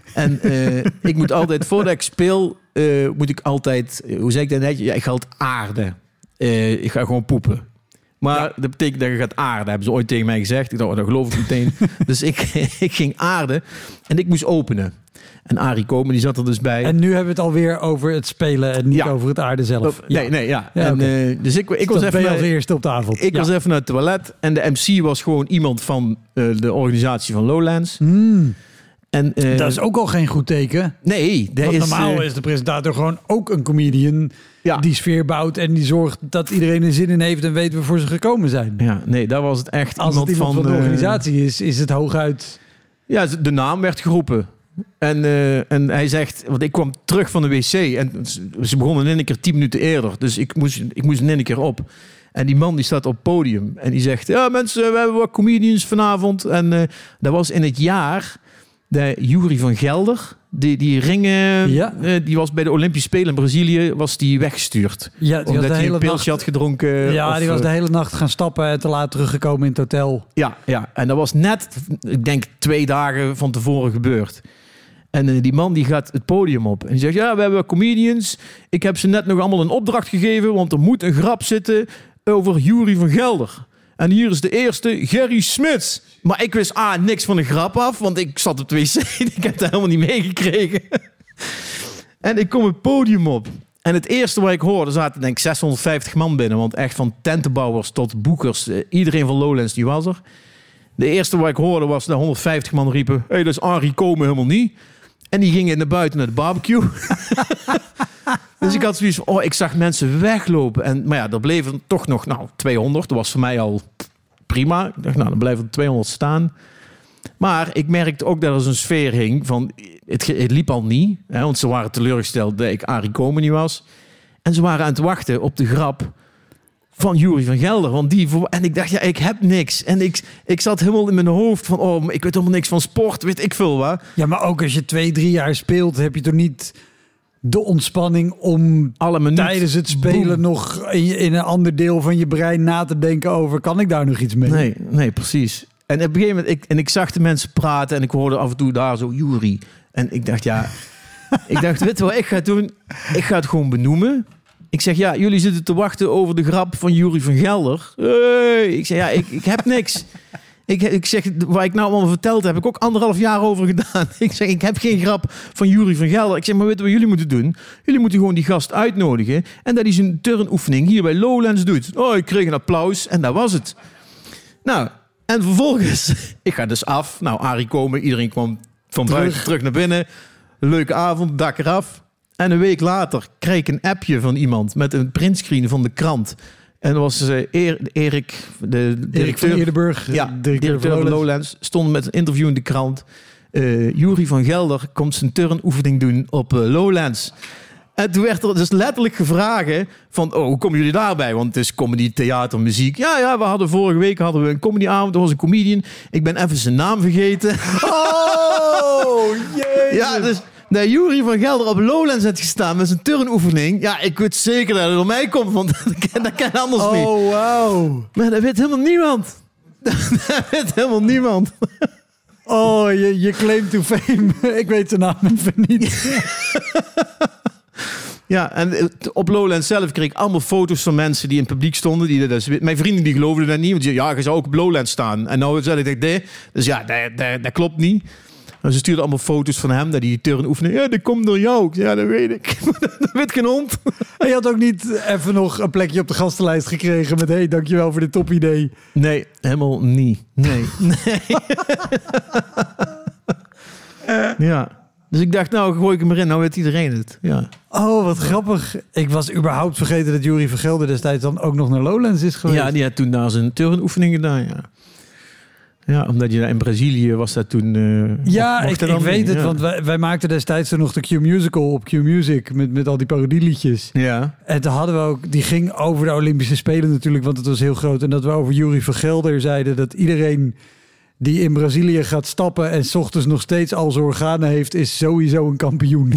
En uh, ik moet altijd, voordat ik speel, uh, moet ik altijd, hoe zeg ik dat net? Ja, ik ga altijd aarden. Uh, ik ga gewoon poepen. Maar ja. dat betekent dat je gaat aarden, hebben ze ooit tegen mij gezegd. Ik dacht, oh, dat geloof ik meteen. Dus ik, ik ging aarden en ik moest openen. En Arie Komen, die zat er dus bij.
En nu hebben we het alweer over het spelen en niet ja. over het aarden zelf.
Nee, ja. nee, ja. ja en, okay. uh, dus ik, ik was even
als eerste op de avond.
Ik ja. was even naar het toilet en de M C was gewoon iemand van uh, de organisatie van Lowlands. Mm.
En, uh, dat is ook al geen goed teken.
Nee.
Want
is,
normaal
uh,
is de presentator gewoon ook een comedian ja. die sfeer bouwt en die zorgt dat iedereen er zin in heeft en weet waarvoor ze gekomen zijn.
Ja, nee, daar was het echt
Als
iemand,
het iemand
van,
van de
uh,
organisatie is, is het hooguit...
Ja, de naam werd geroepen. En, uh, en hij zegt, want ik kwam terug van de wc en ze begonnen in een keer tien minuten eerder. Dus ik moest, ik moest in een keer op. En die man die staat op het podium en die zegt, ja mensen, we hebben wat comedians vanavond. En uh, dat was in het jaar de Jury van Gelder. Die, die ringen, ja. uh, die was bij de Olympische Spelen in Brazilië, was die weggestuurd.
Ja, die
omdat hij een pilsje
nacht,
had gedronken.
Ja,
of,
die was de hele nacht gaan stappen en te laat teruggekomen in het hotel.
Ja, ja, en dat was net, ik denk twee dagen van tevoren gebeurd. En uh, die man die gaat het podium op en die zegt, ja, we hebben comedians. Ik heb ze net nog allemaal een opdracht gegeven, want er moet een grap zitten over Jury van Gelder. En hier is de eerste, Gerry Smits. Maar ik wist ah, niks van de grap af, want ik zat op de wc. Ik heb dat helemaal niet meegekregen. En ik kom het podium op. En het eerste wat ik hoorde, zaten denk ik zeshonderdvijftig man binnen. Want echt van tentenbouwers tot boekers, iedereen van Lowlands die was er. De eerste wat ik hoorde was dat honderdvijftig man riepen, hé, hey, dat is Arie Komen helemaal niet. En die gingen naar buiten naar de barbecue. Dus ik had zoiets van, oh, ik zag mensen weglopen. En, maar ja, er bleven toch nog, nou, tweehonderd. Dat was voor mij al prima. Ik dacht, nou, dan blijven er tweehonderd staan. Maar ik merkte ook dat er zo'n sfeer hing van, het, het liep al niet. Hè, want ze waren teleurgesteld dat ik Arie Komen niet was. En ze waren aan het wachten op de grap van Jury van Gelder. Want die, en ik dacht, ja, ik heb niks. En ik, ik zat helemaal in mijn hoofd van, oh, ik weet helemaal niks van sport, weet ik veel wat.
Ja, maar ook als je twee, drie jaar speelt, heb je toch niet de ontspanning om alle minuut, tijdens het spelen boom. nog in, in een ander deel van je brein na te denken over, kan ik daar nog iets mee?
Nee, nee, precies. En op een gegeven moment, ik, en ik zag de mensen praten en ik hoorde af en toe daar zo Jury. En ik dacht, ja, ik dacht, weet je wat ik ga doen? Ik ga het gewoon benoemen. Ik zeg, ja, jullie zitten te wachten over de grap van Jury van Gelder. Hey. Ik zeg, ja, ik, ik heb niks. Ik, ik zeg, waar ik nou allemaal verteld heb, heb ik ook anderhalf jaar over gedaan. Ik zeg, ik heb geen grap van Jury van Gelder. Ik zeg, maar weet je wat jullie moeten doen? Jullie moeten gewoon die gast uitnodigen en dat hij zijn turnoefening hier bij Lowlands doet. Oh, ik kreeg een applaus en dat was het. Nou, en vervolgens, ik ga dus af. Nou, Arie Komen, iedereen kwam van buiten terug, terug naar binnen. Leuke avond, dak eraf. En een week later kreeg ik een appje van iemand met een printscreen van de krant. En dat was uh, Erik, Erik, de directeur
van Eerdenburg,
ja, directeur, directeur van Lowlands. Lowlands, stond met een interview in de krant. Uh, Jury van Gelder komt zijn turnoefening doen op uh, Lowlands. En toen werd er dus letterlijk gevraagd van, oh, hoe komen jullie daarbij? Want het is comedy, theater, muziek. Ja, ja, we hadden vorige week hadden we een comedyavond. Er was een comedian. Ik ben even zijn naam vergeten.
Oh, jezus.
Ja, dus dat Jury van Gelder op Lowlands heeft gestaan met zijn turnoefening. Ja, ik weet zeker dat het door mij komt, want dat kan, dat kan anders
oh,
niet.
Oh, wauw.
Maar dat weet helemaal niemand. Dat weet helemaal niemand.
Oh, je, je claim to fame. Ik weet de naam even niet.
Ja, en op Lowlands zelf kreeg ik allemaal foto's van mensen die in het publiek stonden. Die, dus, mijn vrienden die geloofden dat niet. Want die, ja, je zou ook op Lowlands staan. En nou zei ik, nee. Dus ja, dat, dat, dat klopt niet. En ze stuurden allemaal foto's van hem, dat hij die turn oefende. Ja, dat komt door jou. Ja, dat weet ik. Dat weet geen hond.
En je had ook niet even nog een plekje op de gastenlijst gekregen met, hey, dankjewel voor dit topidee.
Nee, helemaal niet. Nee. Nee. Ja. Dus ik dacht, nou, gooi ik hem erin. Nou weet iedereen het. Ja.
Oh, wat grappig. Ik was überhaupt vergeten dat Jury van Gelder destijds dan ook nog naar Lowlands is geweest.
Ja, die had toen daar zijn turnoefening gedaan, ja. Ja, omdat je in Brazilië was dat toen... Uh,
ja, ik, ik weet niet, het, ja. Want wij, wij maakten destijds nog de Q-musical op Q-music met, met al die parodieliedjes.
Ja.
En toen hadden we ook, die ging over de Olympische Spelen natuurlijk, want het was heel groot. En dat we over Jury van Gelder zeiden dat iedereen die in Brazilië gaat stappen en 's ochtends nog steeds al zijn organen heeft, is sowieso een kampioen.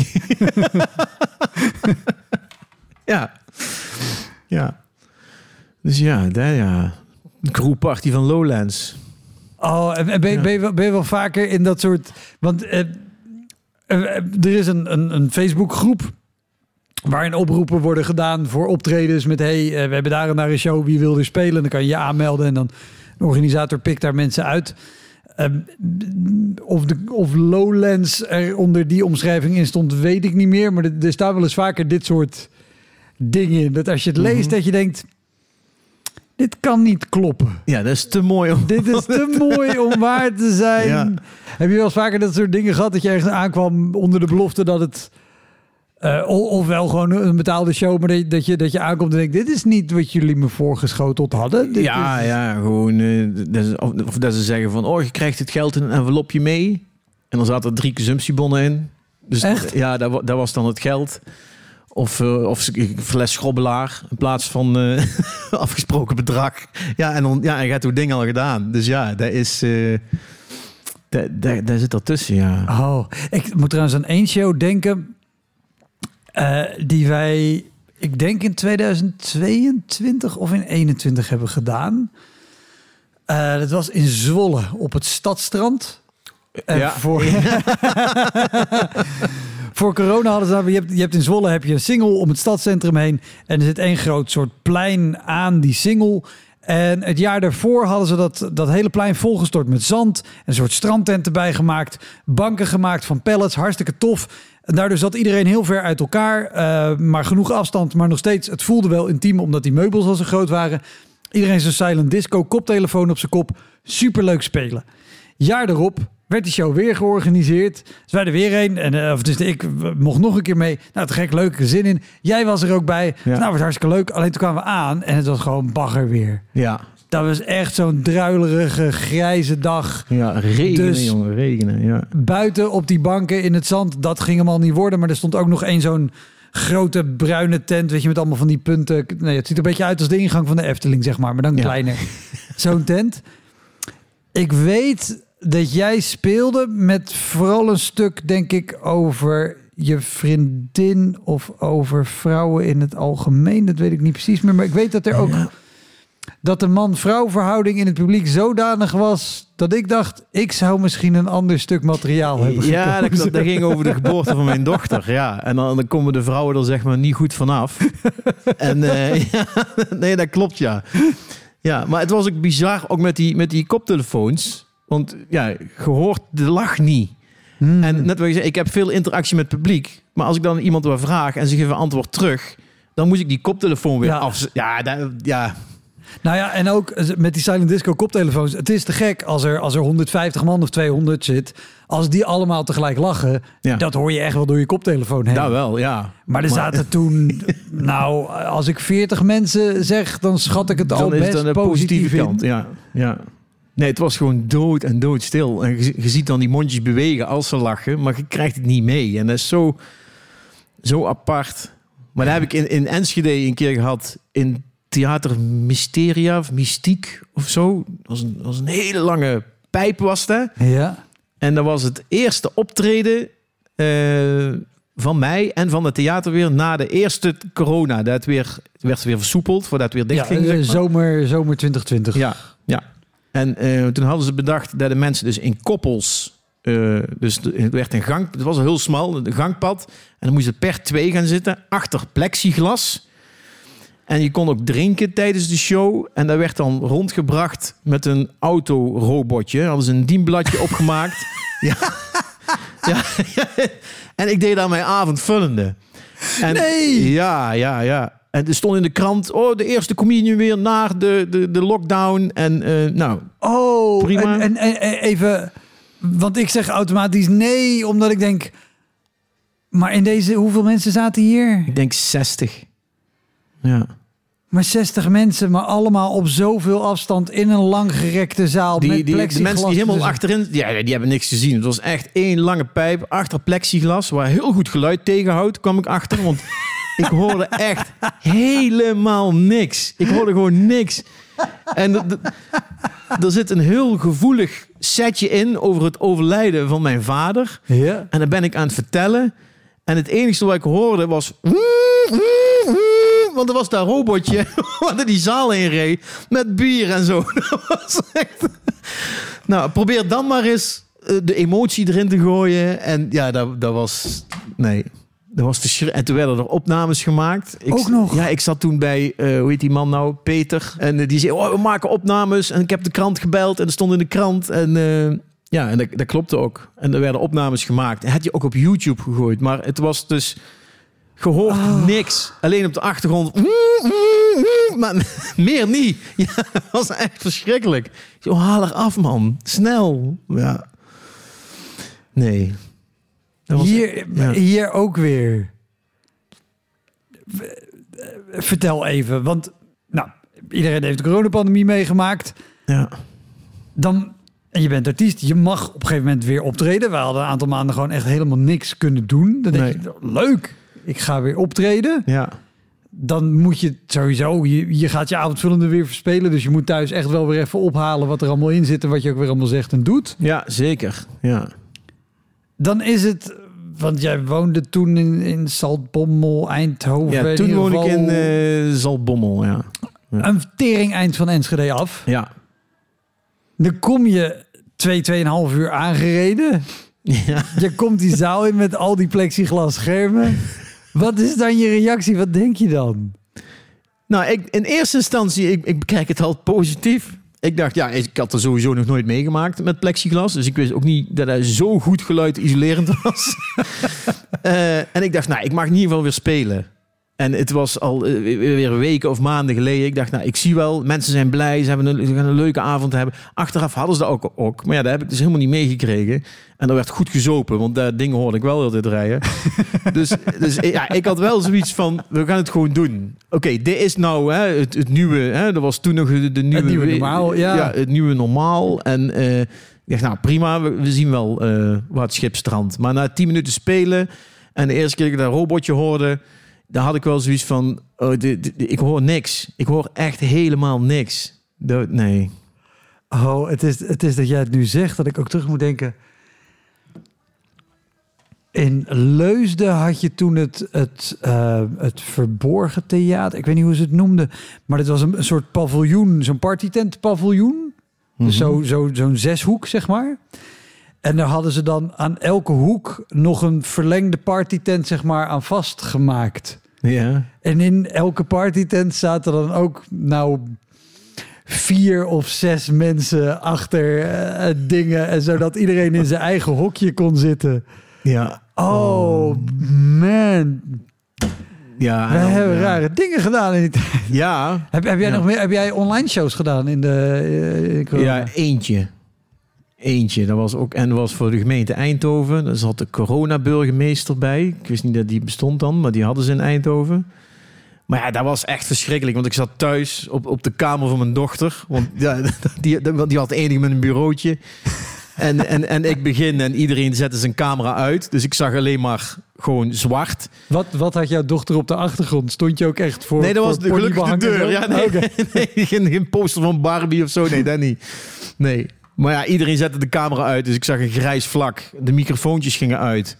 Ja. Ja. Dus ja, daar ja. De crewparty van Lowlands.
Oh, en ben, ben, je wel, ben je wel vaker in dat soort... Want eh, uh, er is een, een, een Facebookgroep waarin oproepen worden gedaan voor optredens met hey, uh, we hebben daar en daar een show, wie wil er spelen? Dan kan je je aanmelden en dan de organisator pikt daar mensen uit. Um, of, de, of Lowlands er onder die omschrijving in stond, weet ik niet meer. Maar er, er staan wel eens vaker dit soort dingen in. Dat als je het leest, mm-hmm. dat je denkt, dit kan niet kloppen.
Ja, dat is te mooi om...
Dit is te mooi om waar te zijn. Ja. Heb je wel eens vaker dat soort dingen gehad, dat je ergens aankwam onder de belofte dat het... Uh, ofwel gewoon een betaalde show, maar dat je, dat je aankomt en denkt, dit is niet wat jullie me voorgeschoteld hadden. Dit
ja,
is...
ja, gewoon... Uh, dat is, of, of dat ze zeggen van, oh, je krijgt het geld in een envelopje mee. En dan zaten er drie consumptiebonnen in. Dus
echt?
Ja, dat, dat was dan het geld. Of, uh, of een fles schrobbelaar in plaats van uh, afgesproken bedrag. Ja, en dan ja, en je hebt het ding al gedaan. Dus ja, dat is... Uh, daar, daar, daar zit ertussen, ja.
Oh, ik moet trouwens aan één show denken... Uh, die wij, ik denk in tweeduizend tweeëntwintig of in eenentwintig hebben gedaan. Uh, dat was in Zwolle op het Stadstrand. Uh,
ja.
Voor, voor corona hadden ze... Je hebt, je hebt in Zwolle heb je een Singel om het stadscentrum heen. En er zit één groot soort plein aan die Singel. En het jaar daarvoor hadden ze dat, dat hele plein volgestort met zand. Een soort strandtent erbij gemaakt. Banken gemaakt van pallets. Hartstikke tof. En daardoor zat iedereen heel ver uit elkaar. Uh, maar genoeg afstand. Maar nog steeds, het voelde wel intiem omdat die meubels al zo groot waren. Iedereen zo'n silent disco, koptelefoon op zijn kop. Superleuk spelen. Jaar erop werd die show weer georganiseerd. Dus wij er weer heen. En, uh, of dus ik mocht nog een keer mee. Nou, te gek, leuke zin in. Jij was er ook bij. Ja. Nou, was hartstikke leuk. Alleen toen kwamen we aan en het was gewoon bagger weer.
Ja.
Dat was echt zo'n druilerige, grijze dag.
Ja, regenen, dus jongen, regenen. Ja.
Buiten op die banken in het zand, dat ging hem al niet worden. Maar er stond ook nog één zo'n grote bruine tent, weet je, met allemaal van die punten. Nee, het ziet er een beetje uit als de ingang van de Efteling, zeg maar. Maar dan kleiner. Ja. Zo'n tent. Ik weet dat jij speelde met vooral een stuk, denk ik, over je vriendin of over vrouwen in het algemeen. Dat weet ik niet precies meer. Maar ik weet dat er ook... Ja. Dat de man-vrouw verhouding in het publiek zodanig was dat ik dacht, ik zou misschien een ander stuk materiaal hebben gekozen.
Ja, dat, dat, dat ging over de geboorte van mijn dochter. Ja, en dan, dan komen de vrouwen er zeg maar niet goed vanaf. En uh, ja, nee, dat klopt, ja. Ja, maar het was ook bizar, ook met die, met die koptelefoons. Want ja, je hoort de lach niet. Hmm. En net wat je zei, ik heb veel interactie met het publiek. Maar als ik dan iemand wat vraag en ze geven antwoord terug, dan moet ik die koptelefoon weer ja. af... Ja, dat, ja...
Nou ja, en ook met die silent disco koptelefoons. Het is te gek als er, als er honderdvijftig man of tweehonderd zit. Als die allemaal tegelijk lachen, ja. dat hoor je echt wel door je koptelefoon heen.
Nou wel, ja.
Maar er zaten maar... toen... Nou, als ik veertig mensen zeg, dan schat ik het dan al best positief, positieve kant.
Ja, ja. Nee, het was gewoon dood en doodstil. En je, je ziet dan die mondjes bewegen als ze lachen, maar je krijgt het niet mee. En dat is zo, zo apart. Maar dat heb ik in, in Enschede een keer gehad in Theater Mysteria of Mystiek of zo. Dat was een, was een hele lange pijp was dat.
Ja.
En dat was het eerste optreden uh, van mij en van het theater weer na de eerste corona. Dat weer, werd weer versoepeld voordat het weer dicht
ja,
ging. Zeg maar.
zomer, zomer twintig twintig.
Ja, ja. En uh, toen hadden ze bedacht dat de mensen dus in koppels... Uh, dus het werd een gang, het was al heel smal, een gangpad. En dan moesten ze per twee gaan zitten, achter plexiglas. En je kon ook drinken tijdens de show. En dat werd dan rondgebracht met een autorobotje. Hadden ze een dienbladje opgemaakt. Ja. Ja. En ik deed daar mijn avondvullende. En
nee!
Ja, ja, ja. En er stond in de krant, oh, de eerste comedian weer na de, de, de lockdown. En uh, nou,
oh,
prima.
En, en, en even, want ik zeg automatisch nee, omdat ik denk... Maar in deze, hoeveel mensen zaten hier?
Ik denk zestig. Ja.
Maar zestig mensen, maar allemaal op zoveel afstand in een langgerekte zaal
die,
met
die,
plexiglas.
De mensen die helemaal
tussen.
achterin... Ja, die hebben niks gezien. Het was echt één lange pijp achter plexiglas, waar heel goed geluid tegenhoudt, kwam ik achter. Want ik hoorde echt helemaal niks. Ik hoorde gewoon niks. En d- d- er zit een heel gevoelig setje in over het overlijden van mijn vader.
Ja.
En dan ben ik aan het vertellen. En het enige wat ik hoorde was... Want er was daar robotje wat er die zaal heen reed met bier en zo. Dat was echt... Nou, probeer dan maar eens de emotie erin te gooien. En ja, dat, dat was... Nee, dat was te schri- En toen werden er opnames gemaakt. Ik,
Ook nog?
Ja, ik zat toen bij, uh, hoe heet die man nou? Peter. En uh, die zei, oh, we maken opnames. En ik heb de krant gebeld en er stond in de krant. En uh, ja, en dat, dat klopte ook. En er werden opnames gemaakt. En had je ook op YouTube gegooid. Maar het was dus... Gehoord oh. niks. Alleen op de achtergrond. Maar meer niet. Ja, dat was echt verschrikkelijk. Zo, haal er af, man. Snel. Ja. Nee. Was,
hier, ja. hier ook weer. Vertel even. Want nou, iedereen heeft de coronapandemie meegemaakt.
Ja.
Dan... En je bent artiest, je mag op een gegeven moment weer optreden. We hadden een aantal maanden gewoon echt helemaal niks kunnen doen. Dan denk nee. je, leuk. Ik ga weer optreden.
Ja.
Dan moet je sowieso... Je, je gaat je avondvullende weer verspelen. Dus je moet thuis echt wel weer even ophalen wat er allemaal in zit... en wat je ook weer allemaal zegt en doet.
Ja, zeker. Ja.
Dan is het... Want jij woonde toen in, in Zaltbommel, Eindhoven.
Ja, toen woonde ik in uh, Zaltbommel, ja. ja.
Een tering eind van Enschede af.
Ja.
Dan kom je twee, tweeënhalf uur aangereden...
Ja.
Je komt die zaal in met al die plexiglas schermen. Wat is dan je reactie? Wat denk je dan?
Nou, ik, in eerste instantie, ik, ik bekijk het al positief. Ik dacht, ja, ik had er sowieso nog nooit meegemaakt met plexiglas. Dus ik wist ook niet dat hij zo goed geluidisolerend was. uh, en ik dacht, nou, ik mag in ieder geval weer spelen. En het was al uh, weer weken of maanden geleden. Ik dacht, nou, ik zie wel, mensen zijn blij. Ze, hebben een, ze gaan een leuke avond hebben. Achteraf hadden ze dat ook, ook. Maar ja, dat heb ik dus helemaal niet meegekregen. En er werd goed gezopen, want dat ding hoorde ik wel altijd rijden. dus, dus ja, ik had wel zoiets van, we gaan het gewoon doen. Oké, okay, dit is nou hè, het, het nieuwe. Hè, dat was toen nog de, de nieuwe...
Het nieuwe normaal, ja.
ja. Het nieuwe normaal. En uh, ik dacht, nou prima, we, we zien wel uh, waar het schip strandt. Maar na tien minuten spelen en de eerste keer dat ik dat robotje hoorde... Daar had ik wel zoiets van, oh, de, de, de, ik hoor niks. Ik hoor echt helemaal niks. De, nee.
Oh, het is, het is dat jij het nu zegt, dat ik ook terug moet denken. In Leusden had je toen het, het, uh, het Verborgen Theater. Ik weet niet hoe ze het noemden. Maar het was een, een soort paviljoen, zo'n partytent paviljoen. Mm-hmm. Dus zo, zo, zo'n zeshoek, zeg maar. En daar hadden ze dan aan elke hoek nog een verlengde partytent, zeg maar, aan vastgemaakt.
Ja.
En in elke partytent zaten dan ook, nou, vier of zes mensen achter uh, dingen. En zodat iedereen in zijn eigen hokje kon zitten.
Ja.
Oh, man.
Ja,
we
dan,
hebben
ja.
rare dingen gedaan in die tijd.
Ja.
Heb, heb jij
ja.
nog meer? Heb jij online shows gedaan in de? Uh,
ja, eentje. Eentje. Dat was ook en dat was voor de gemeente Eindhoven. Daar zat de coronaburgemeester bij. Ik wist niet dat die bestond dan, maar die hadden ze in Eindhoven. Maar ja, dat was echt verschrikkelijk. Want ik zat thuis op, op de kamer van mijn dochter. Want ja, die, die, die had enige met een bureautje. En, en, en ik begin en iedereen zette zijn camera uit. Dus ik zag alleen maar gewoon zwart.
Wat, wat had jouw dochter op de achtergrond? Stond je ook echt voor?
Nee, dat
voor
was de, gelukkig de deur. Ja, nee,
okay.
nee, geen, geen poster van Barbie of zo. Nee, dat niet. Nee. Maar ja, iedereen zette de camera uit. Dus ik zag een grijs vlak. De microfoontjes gingen uit.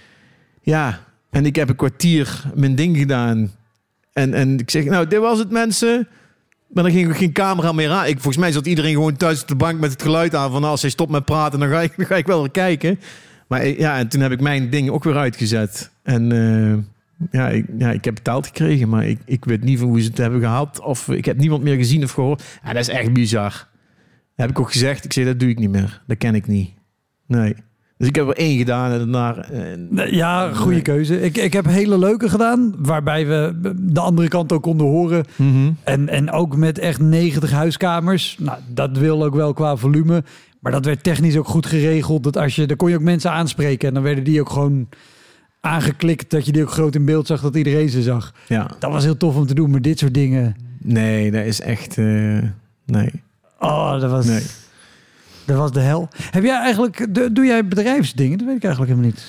Ja, en ik heb een kwartier mijn ding gedaan. En, en ik zeg, nou, dit was het, mensen. Maar dan ging er geen camera meer aan. Ik, volgens mij zat iedereen gewoon thuis op de bank met het geluid aan. Van als hij stopt met praten, dan ga ik, dan ga ik wel weer kijken. Maar ja, en toen heb ik mijn ding ook weer uitgezet. En uh, ja, ik, ja, ik heb betaald gekregen. Maar ik, ik weet niet van hoe ze het hebben gehad. Of ik heb niemand meer gezien of gehoord. Ja, dat is echt bizar. Dat heb ik ook gezegd. Ik zei, dat doe ik niet meer. Dat ken ik niet. Nee. Dus ik heb er één gedaan en daarna... Uh,
ja, goede nee. keuze. Ik, ik heb hele leuke gedaan, waarbij we de andere kant ook konden horen.
Mm-hmm.
En, en ook met echt negentig huiskamers. Nou, dat wil ook wel qua volume. Maar dat werd technisch ook goed geregeld. Dat als je, dan kon je ook mensen aanspreken. En dan werden die ook gewoon aangeklikt. Dat je die ook groot in beeld zag, dat iedereen ze zag.
Ja.
Dat was heel tof om te doen, maar dit soort dingen...
Nee, dat is echt... Uh, nee.
Oh, dat was...
Nee.
Dat was de hel. Heb jij eigenlijk, doe jij bedrijfsdingen? Dat weet ik eigenlijk helemaal niet.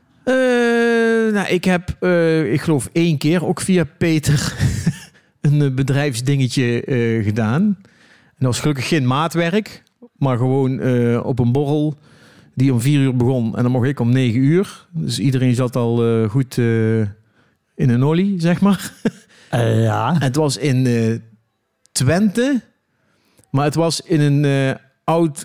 Uh, nou, ik heb, uh, ik geloof één keer, ook via Peter, een bedrijfsdingetje uh, gedaan. En dat was gelukkig geen maatwerk, maar gewoon uh, op een borrel die om vier uur begon. En dan mocht ik om negen uur. Dus iedereen zat al uh, goed uh, in een olie, zeg maar.
Uh, ja.
En het was in uh, Twente, maar het was in een... Uh, oud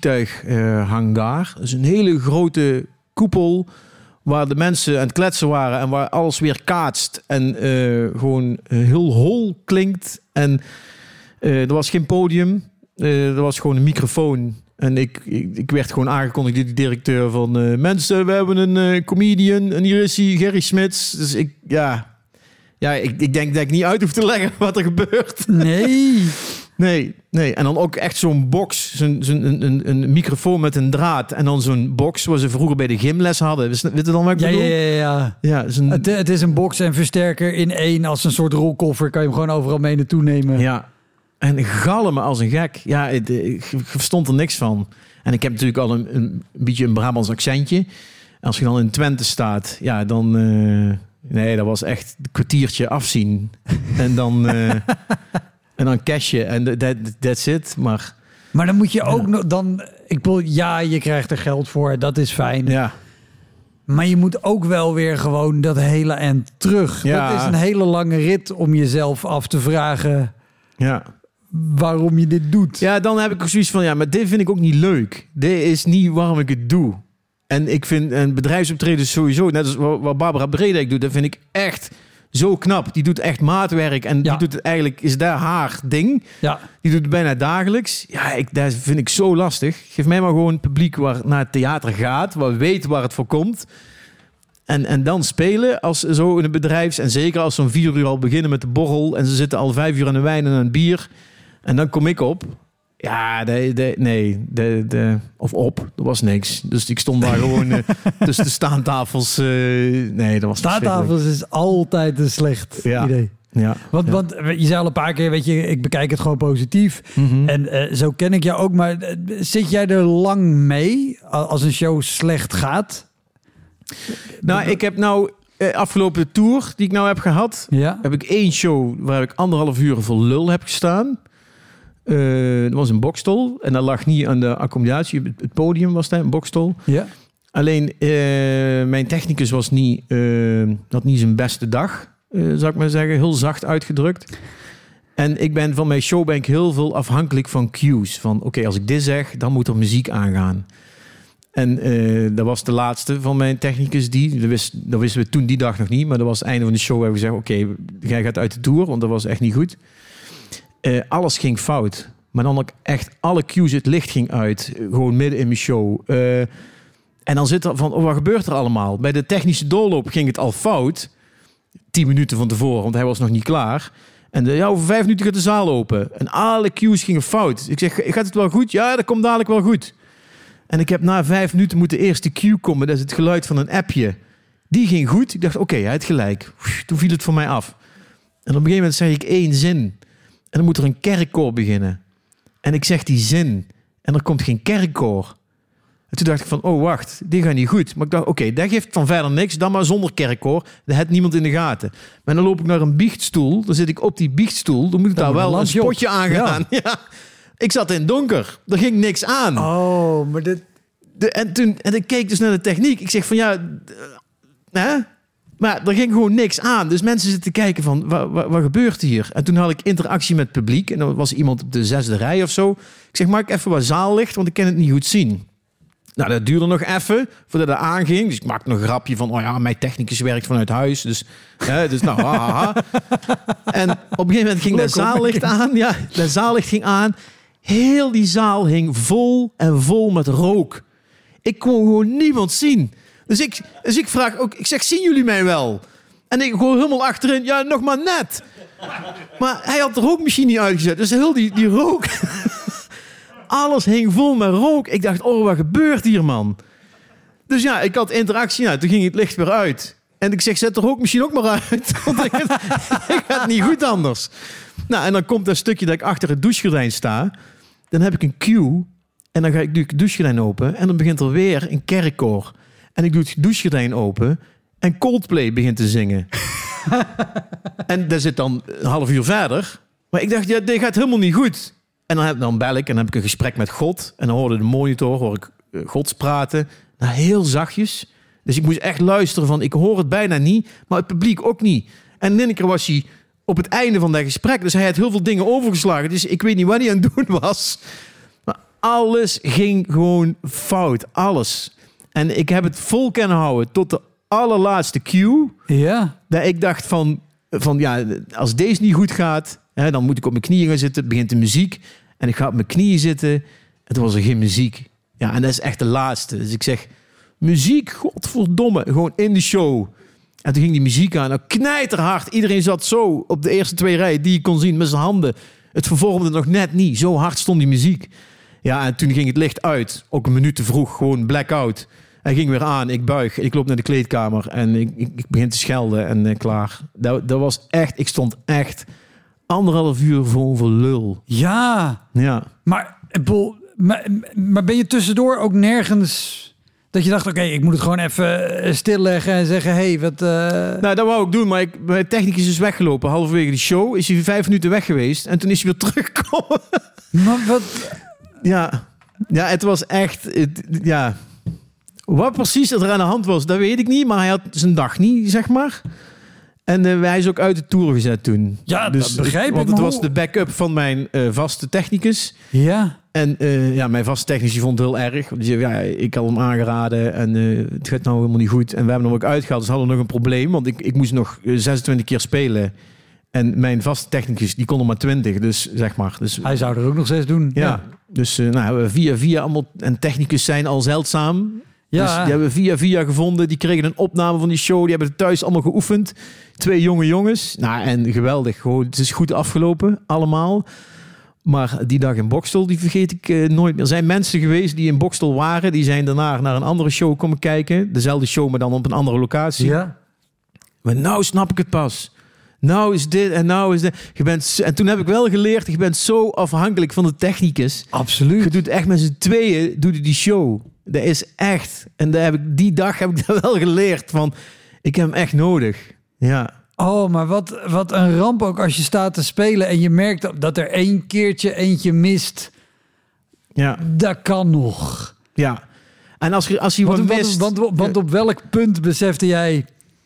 vliegtuighangar. Uh, dus een hele grote koepel waar de mensen aan het kletsen waren en waar alles weer kaatst en uh, gewoon heel hol klinkt. En uh, er was geen podium, uh, er was gewoon een microfoon. En ik, ik, ik werd gewoon aangekondigd door de directeur van... Uh, mensen, we hebben een uh, comedian en hier is hij, Gerry Smits. Dus ik, ja... Ja, ik, ik denk dat ik niet uit hoef te leggen wat er gebeurt.
Nee.
Nee, nee. En dan ook echt zo'n box, zo'n, zo'n, een, een, een microfoon met een draad. En dan zo'n box wat ze vroeger bij de gymles hadden. Weet je dan wat ik
ja,
bedoel?
Ja, ja, ja.
ja is een...
het, het is een box en versterker in één. Als een soort rolkoffer kan je hem gewoon overal mee naartoe nemen.
Ja. En galmen als een gek. Ja, het, ik verstond er niks van. En ik heb natuurlijk al een, een beetje een Brabants accentje. Als je dan in Twente staat, ja, dan... Uh, nee, dat was echt een kwartiertje afzien. en dan... Uh, en dan cash je en that, that's it. Maar,
maar dan moet je ook ja. nog... dan, ik bedoel, ja, je krijgt er geld voor. Dat is fijn.
Ja.
Maar je moet ook wel weer gewoon dat hele eind terug. Ja. Dat is een hele lange rit om jezelf af te vragen...
Ja.
waarom je dit doet.
Ja, dan heb ik zoiets van... ja, maar dit vind ik ook niet leuk. Dit is niet waarom ik het doe. En ik vind een bedrijfsoptreden sowieso... net als wat Barbara Bredijk doet... dat vind ik echt zo knap. Die doet echt maatwerk. En ja. die doet het eigenlijk... is daar haar ding.
Ja.
Die doet het bijna dagelijks. Ja, ik, dat vind ik zo lastig. Geef mij maar gewoon een publiek... waar naar het theater gaat. Waar weet waar het voor komt. En, en dan spelen als zo in een bedrijfs... en zeker als ze om vier uur al beginnen met de borrel... en ze zitten al vijf uur aan de wijn en aan het bier... en dan kom ik op... Ja, de, de, nee, de, de, of op, er was niks. Dus ik stond daar gewoon uh, tussen de staantafels. Uh, nee, dat was
staantafels is altijd een slecht
ja.
idee.
Ja.
Want,
ja.
want je zei al een paar keer, weet je, ik bekijk het gewoon positief.
Mm-hmm.
En uh, zo ken ik jou ook. Maar uh, zit jij er lang mee als een show slecht gaat?
Nou, ik heb nou uh, afgelopen tour die ik nou heb gehad,
ja?
heb ik één show waar ik anderhalf uur voor lul heb gestaan. Uh, dat was een bokstol en dat lag niet aan de accommodatie. Het podium was daar, een bokstol.
Ja.
Alleen uh, mijn technicus was niet, uh, had niet zijn beste dag, uh, zou ik maar zeggen. Heel zacht uitgedrukt. En ik ben van mijn show ben ik heel veel afhankelijk van cues. Van oké, okay, als ik dit zeg, dan moet er muziek aangaan. En uh, dat was de laatste van mijn technicus die. Dat, wist, dat wisten we toen die dag nog niet. Maar dat was het einde van de show waar we gezegd... oké, okay, jij gaat uit de tour, want dat was echt niet goed. Uh, alles ging fout. Maar dan ook echt alle cues, het licht ging uit. Gewoon midden in mijn show. Uh, en dan zit er van, oh, wat gebeurt er allemaal? Bij de technische doorloop ging het al fout. Tien minuten van tevoren, want hij was nog niet klaar. En de, ja, over vijf minuten gaat de zaal open. En alle cues gingen fout. Ik zeg, gaat het wel goed? Ja, dat komt dadelijk wel goed. En ik heb na vijf minuten moeten eerst de cue komen. Dat is het geluid van een appje. Die ging goed. Ik dacht, oké, okay, hij had gelijk. Toen viel het voor mij af. En op een gegeven moment zeg ik één zin. En dan moet er een kerkkoor beginnen. En ik zeg die zin. En er komt geen kerkkoor. En toen dacht ik van, oh wacht, die gaat niet goed. Maar ik dacht, oké, okay, dat geeft van verder niks. Dan maar zonder kerkkoor. Dat heeft niemand in de gaten. Maar dan loop ik naar een biechtstoel. Dan zit ik op die biechtstoel. Dan moet ik daar wel een spotje aangaan. Ja. Ja. Ik zat in het donker. Er ging niks aan.
Oh, maar dit...
De, en toen en ik keek dus naar de techniek. Ik zeg van, ja... Uh, hè? Maar er ging gewoon niks aan. Dus mensen zitten te kijken van, wat, wat, wat gebeurt hier? En toen had ik interactie met het publiek. En dan was iemand op de zesde rij of zo. Ik zeg, maak even wat zaallicht, want ik kan het niet goed zien. Nou, dat duurde nog even voordat het aanging. Dus ik maakte nog een grapje van, oh ja, mijn technicus werkt vanuit huis. Dus, hè, dus nou, haha. En op een gegeven moment ging dat zaallicht aan. Ja, dat zaallicht ging aan. Heel die zaal hing vol en vol met rook. Ik kon gewoon niemand zien. Dus ik, dus ik vraag ook, ik zeg, zien jullie mij wel? En ik hoor helemaal achterin, ja, nog maar net. Maar hij had de rookmachine niet uitgezet. Dus heel die, die rook... Alles hing vol met rook. Ik dacht, oh, wat gebeurt hier, man? Dus ja, ik had interactie. Nou, toen ging het licht weer uit. En ik zeg, zet de rookmachine ook maar uit. Want ik gaat niet goed anders. Nou, en dan komt dat stukje dat ik achter het douchegordijn sta. Dan heb ik een cue. En dan ga ik het douchegordijn open. En dan begint er weer een kerkkoor. En ik doe het douchegordijn open. En Coldplay begint te zingen. En dat zit dan een half uur verder. Maar ik dacht, ja, dit gaat helemaal niet goed. En dan, heb, dan bel ik en dan heb ik een gesprek met God. En dan hoorde de monitor, hoor ik uh, Gods praten. Nou, heel zachtjes. Dus ik moest echt luisteren van, ik hoor het bijna niet. Maar het publiek ook niet. En in één keer was hij op het einde van dat gesprek. Dus hij had heel veel dingen overgeslagen. Dus ik weet niet wat hij aan het doen was. Maar alles ging gewoon fout. Alles. En ik heb het vol kunnen houden tot de allerlaatste cue.
Ja.
Dat ik dacht van, van ja, als deze niet goed gaat, hè, dan moet ik op mijn knieën gaan zitten. Begint de muziek. En ik ga op mijn knieën zitten. En toen was er geen muziek. Ja, en dat is echt de laatste. Dus ik zeg, muziek, godverdomme. Gewoon in de show. En toen ging die muziek aan. Nou, knijterhard. Iedereen zat zo op de eerste twee rijen die je kon zien met zijn handen. Het vervormde nog net niet. Zo hard stond die muziek. Ja, en toen ging het licht uit. Ook een minuut te vroeg. Gewoon blackout. Hij ging weer aan. Ik buig. Ik loop naar de kleedkamer. En ik, ik, ik begin te schelden. En uh, klaar. Dat, dat was echt... Ik stond echt anderhalf uur voor voor lul.
Ja.
Ja.
Maar, maar, maar ben je tussendoor ook nergens... Dat je dacht, oké, okay, ik moet het gewoon even stilleggen en zeggen, hé, hey, wat... Uh...
Nou, dat wou ik doen, maar ik, mijn technicus is weggelopen. Halverwege de show is hij vijf minuten weg geweest. En toen is hij weer teruggekomen.
Maar wat...
Ja, ja, het was echt... Het, ja. Wat precies er aan de hand was, dat weet ik niet. Maar hij had zijn dag niet, zeg maar. En uh, hij is ook uit de tour gezet toen.
Ja,
dus,
dat begrijp ik.
Want het was de backup van mijn uh, vaste technicus.
Ja.
En uh, ja, mijn vaste technicus vond het heel erg. Dus ja, ik had hem aangeraden en uh, het gaat nou helemaal niet goed. En we hebben hem ook uitgehaald, dus hadden we nog een probleem. Want ik, ik moest nog zesentwintig keer spelen. En mijn vaste technicus, die kon er maar twintig. Dus zeg maar. Dus,
hij zou er ook nog zes doen.
Ja,
ja.
Dus uh, nou, via via allemaal... En technicus zijn al zeldzaam.
Ja.
Dus die hebben we via via gevonden. Die kregen een opname van die show. Die hebben het thuis allemaal geoefend. Twee jonge jongens. Nou, en geweldig. Gewoon, het is goed afgelopen, allemaal. Maar die dag in Boxtel, die vergeet ik uh, nooit meer. Er zijn mensen geweest die in Boxtel waren. Die zijn daarna naar een andere show komen kijken. Dezelfde show, maar dan op een andere locatie.
Ja.
Maar nou snap ik het pas. Nou is dit en nou is dit. Je bent, en toen heb ik wel geleerd, je bent zo afhankelijk van de technicus.
Absoluut.
Je doet echt met z'n tweeën, doe je die show. Dat is echt. En daar heb ik, die dag heb ik dat wel geleerd. Van, ik heb hem echt nodig. Ja.
Oh, maar wat, wat een ramp ook als je staat te spelen en je merkt dat er één keertje eentje mist.
Ja.
Dat kan nog.
Ja. En als je, als je
want,
wat mist...
Want, want, want op welk punt besefte jij...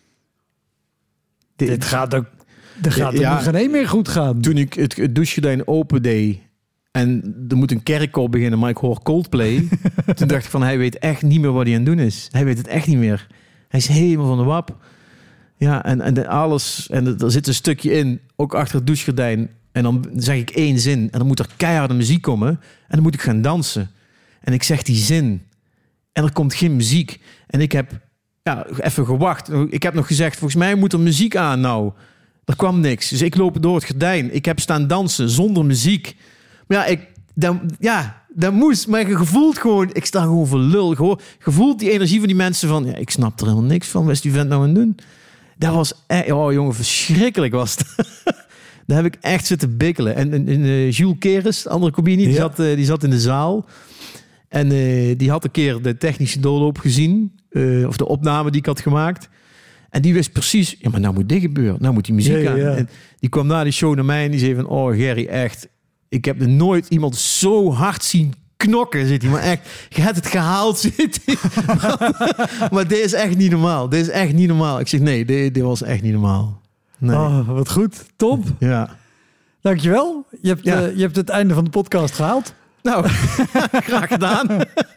Dit, dit gaat ook... Er gaat er ja, nog geen één meer goed gaan.
Toen ik het, het douchegordijn open deed en er moet een kerkkoor beginnen, maar ik hoor Coldplay. Toen dacht ik van, hij weet echt niet meer wat hij aan het doen is. Hij weet het echt niet meer. Hij is helemaal van de wap. Ja, en, en alles. En er zit een stukje in, ook achter het douchegordijn. En dan zeg ik één zin en dan moet er keiharde muziek komen. En dan moet ik gaan dansen. En ik zeg die zin. En er komt geen muziek. En ik heb ja, even gewacht. Ik heb nog gezegd, volgens mij moet er muziek aan nou. Er kwam niks. Dus ik loop door het gordijn. Ik heb staan dansen zonder muziek. Maar ja, ik, dan, ja, dat moest. Maar je voelt gewoon, ik sta gewoon voor lul. Gewoon, je voelt die energie van die mensen van, ja, ik snap er helemaal niks van. Wat is die vent nou aan het doen? Dat was echt, oh jongen, verschrikkelijk was het. Daar heb ik echt zitten bikkelen. En, en, en uh, Jules Keres, de andere comedian, die, ja. zat, uh, die zat in de zaal. En uh, die had een keer de technische doorloop gezien. Uh, of de opname die ik had gemaakt. En die wist precies, ja, maar nou moet dit gebeuren. Nou moet die muziek ja, aan. Ja. En die kwam na die show naar mij en die zei van, oh Gerry, echt. Ik heb er nooit iemand zo hard zien knokken, zit hij. Maar echt, je hebt het gehaald, zit hij. maar, maar dit is echt niet normaal. Dit is echt niet normaal. Ik zeg, nee, dit, dit was echt niet normaal. Nee.
Oh, wat goed. Top.
Ja.
Dankjewel. Je hebt, ja. uh, je hebt het einde van de podcast gehaald.
Nou, graag gedaan.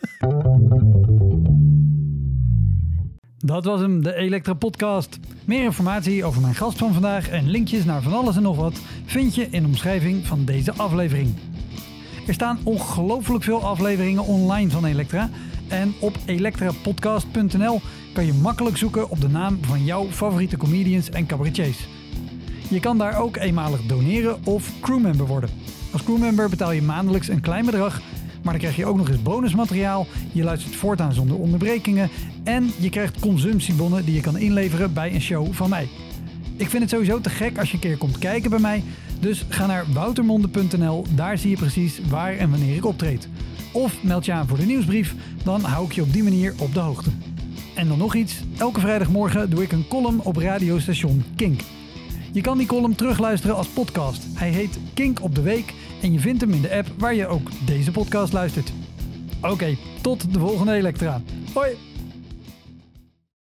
Dat was hem, de Elektra Podcast. Meer informatie over mijn gast van vandaag en linkjes naar van alles en nog wat vind je in de omschrijving van deze aflevering. Er staan ongelooflijk veel afleveringen online van Elektra. En op elektrapodcast punt n l kan je makkelijk zoeken op de naam van jouw favoriete comedians en cabaretiers. Je kan daar ook eenmalig doneren of crewmember worden. Als crewmember betaal je maandelijks een klein bedrag, maar dan krijg je ook nog eens bonusmateriaal. Je luistert voortaan zonder onderbrekingen en je krijgt consumptiebonnen die je kan inleveren bij een show van mij. Ik vind het sowieso te gek als je een keer komt kijken bij mij. Dus ga naar woutermonde punt n l, daar zie je precies waar en wanneer ik optreed. Of meld je aan voor de nieuwsbrief, dan hou ik je op die manier op de hoogte. En dan nog iets, elke vrijdagmorgen doe ik een column op radiostation Kink. Je kan die column terugluisteren als podcast. Hij heet Kink op de Week en je vindt hem in de app waar je ook deze podcast luistert. Oké, okay, tot de volgende Elektra. Hoi!